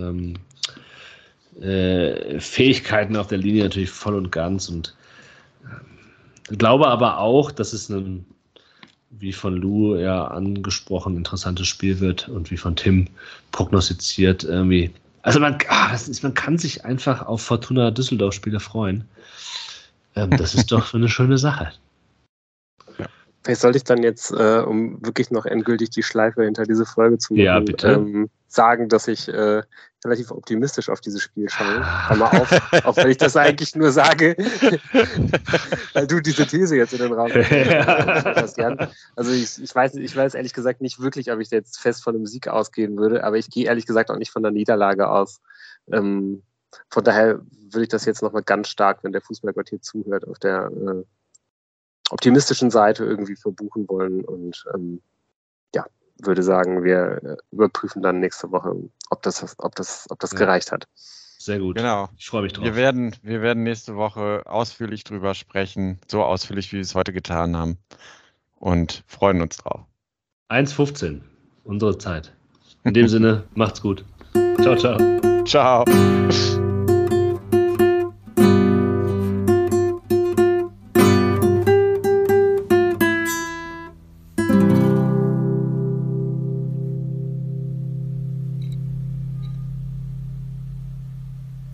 Fähigkeiten auf der Linie natürlich voll und ganz und glaube aber auch, dass es ein, wie von Lou ja angesprochen, interessantes Spiel wird und wie von Tim prognostiziert irgendwie. Also man kann sich einfach auf Fortuna Düsseldorf-Spiele freuen. Das ist doch eine schöne Sache. Vielleicht sollte ich dann jetzt, um wirklich noch endgültig die Schleife hinter diese Folge zu machen, sagen, dass ich relativ optimistisch auf dieses Spiel schaue. Klammer auf, auch wenn ich das eigentlich nur sage, weil du diese These jetzt in den Raum hast, Jan. Also ich weiß ehrlich gesagt nicht wirklich, ob ich jetzt fest von einem Sieg ausgehen würde, aber ich gehe ehrlich gesagt auch nicht von der Niederlage aus. Von daher würde ich das jetzt nochmal ganz stark, wenn der Fußballgott hier zuhört, auf der optimistischen Seite irgendwie verbuchen wollen und würde sagen, wir überprüfen dann nächste Woche, ob das gereicht hat. Sehr gut. Genau. Ich freue mich drauf. Wir werden nächste Woche ausführlich drüber sprechen, so ausführlich, wie wir es heute getan haben, und freuen uns drauf. 1:15, unsere Zeit. In dem Sinne, macht's gut. Ciao, ciao. Ciao.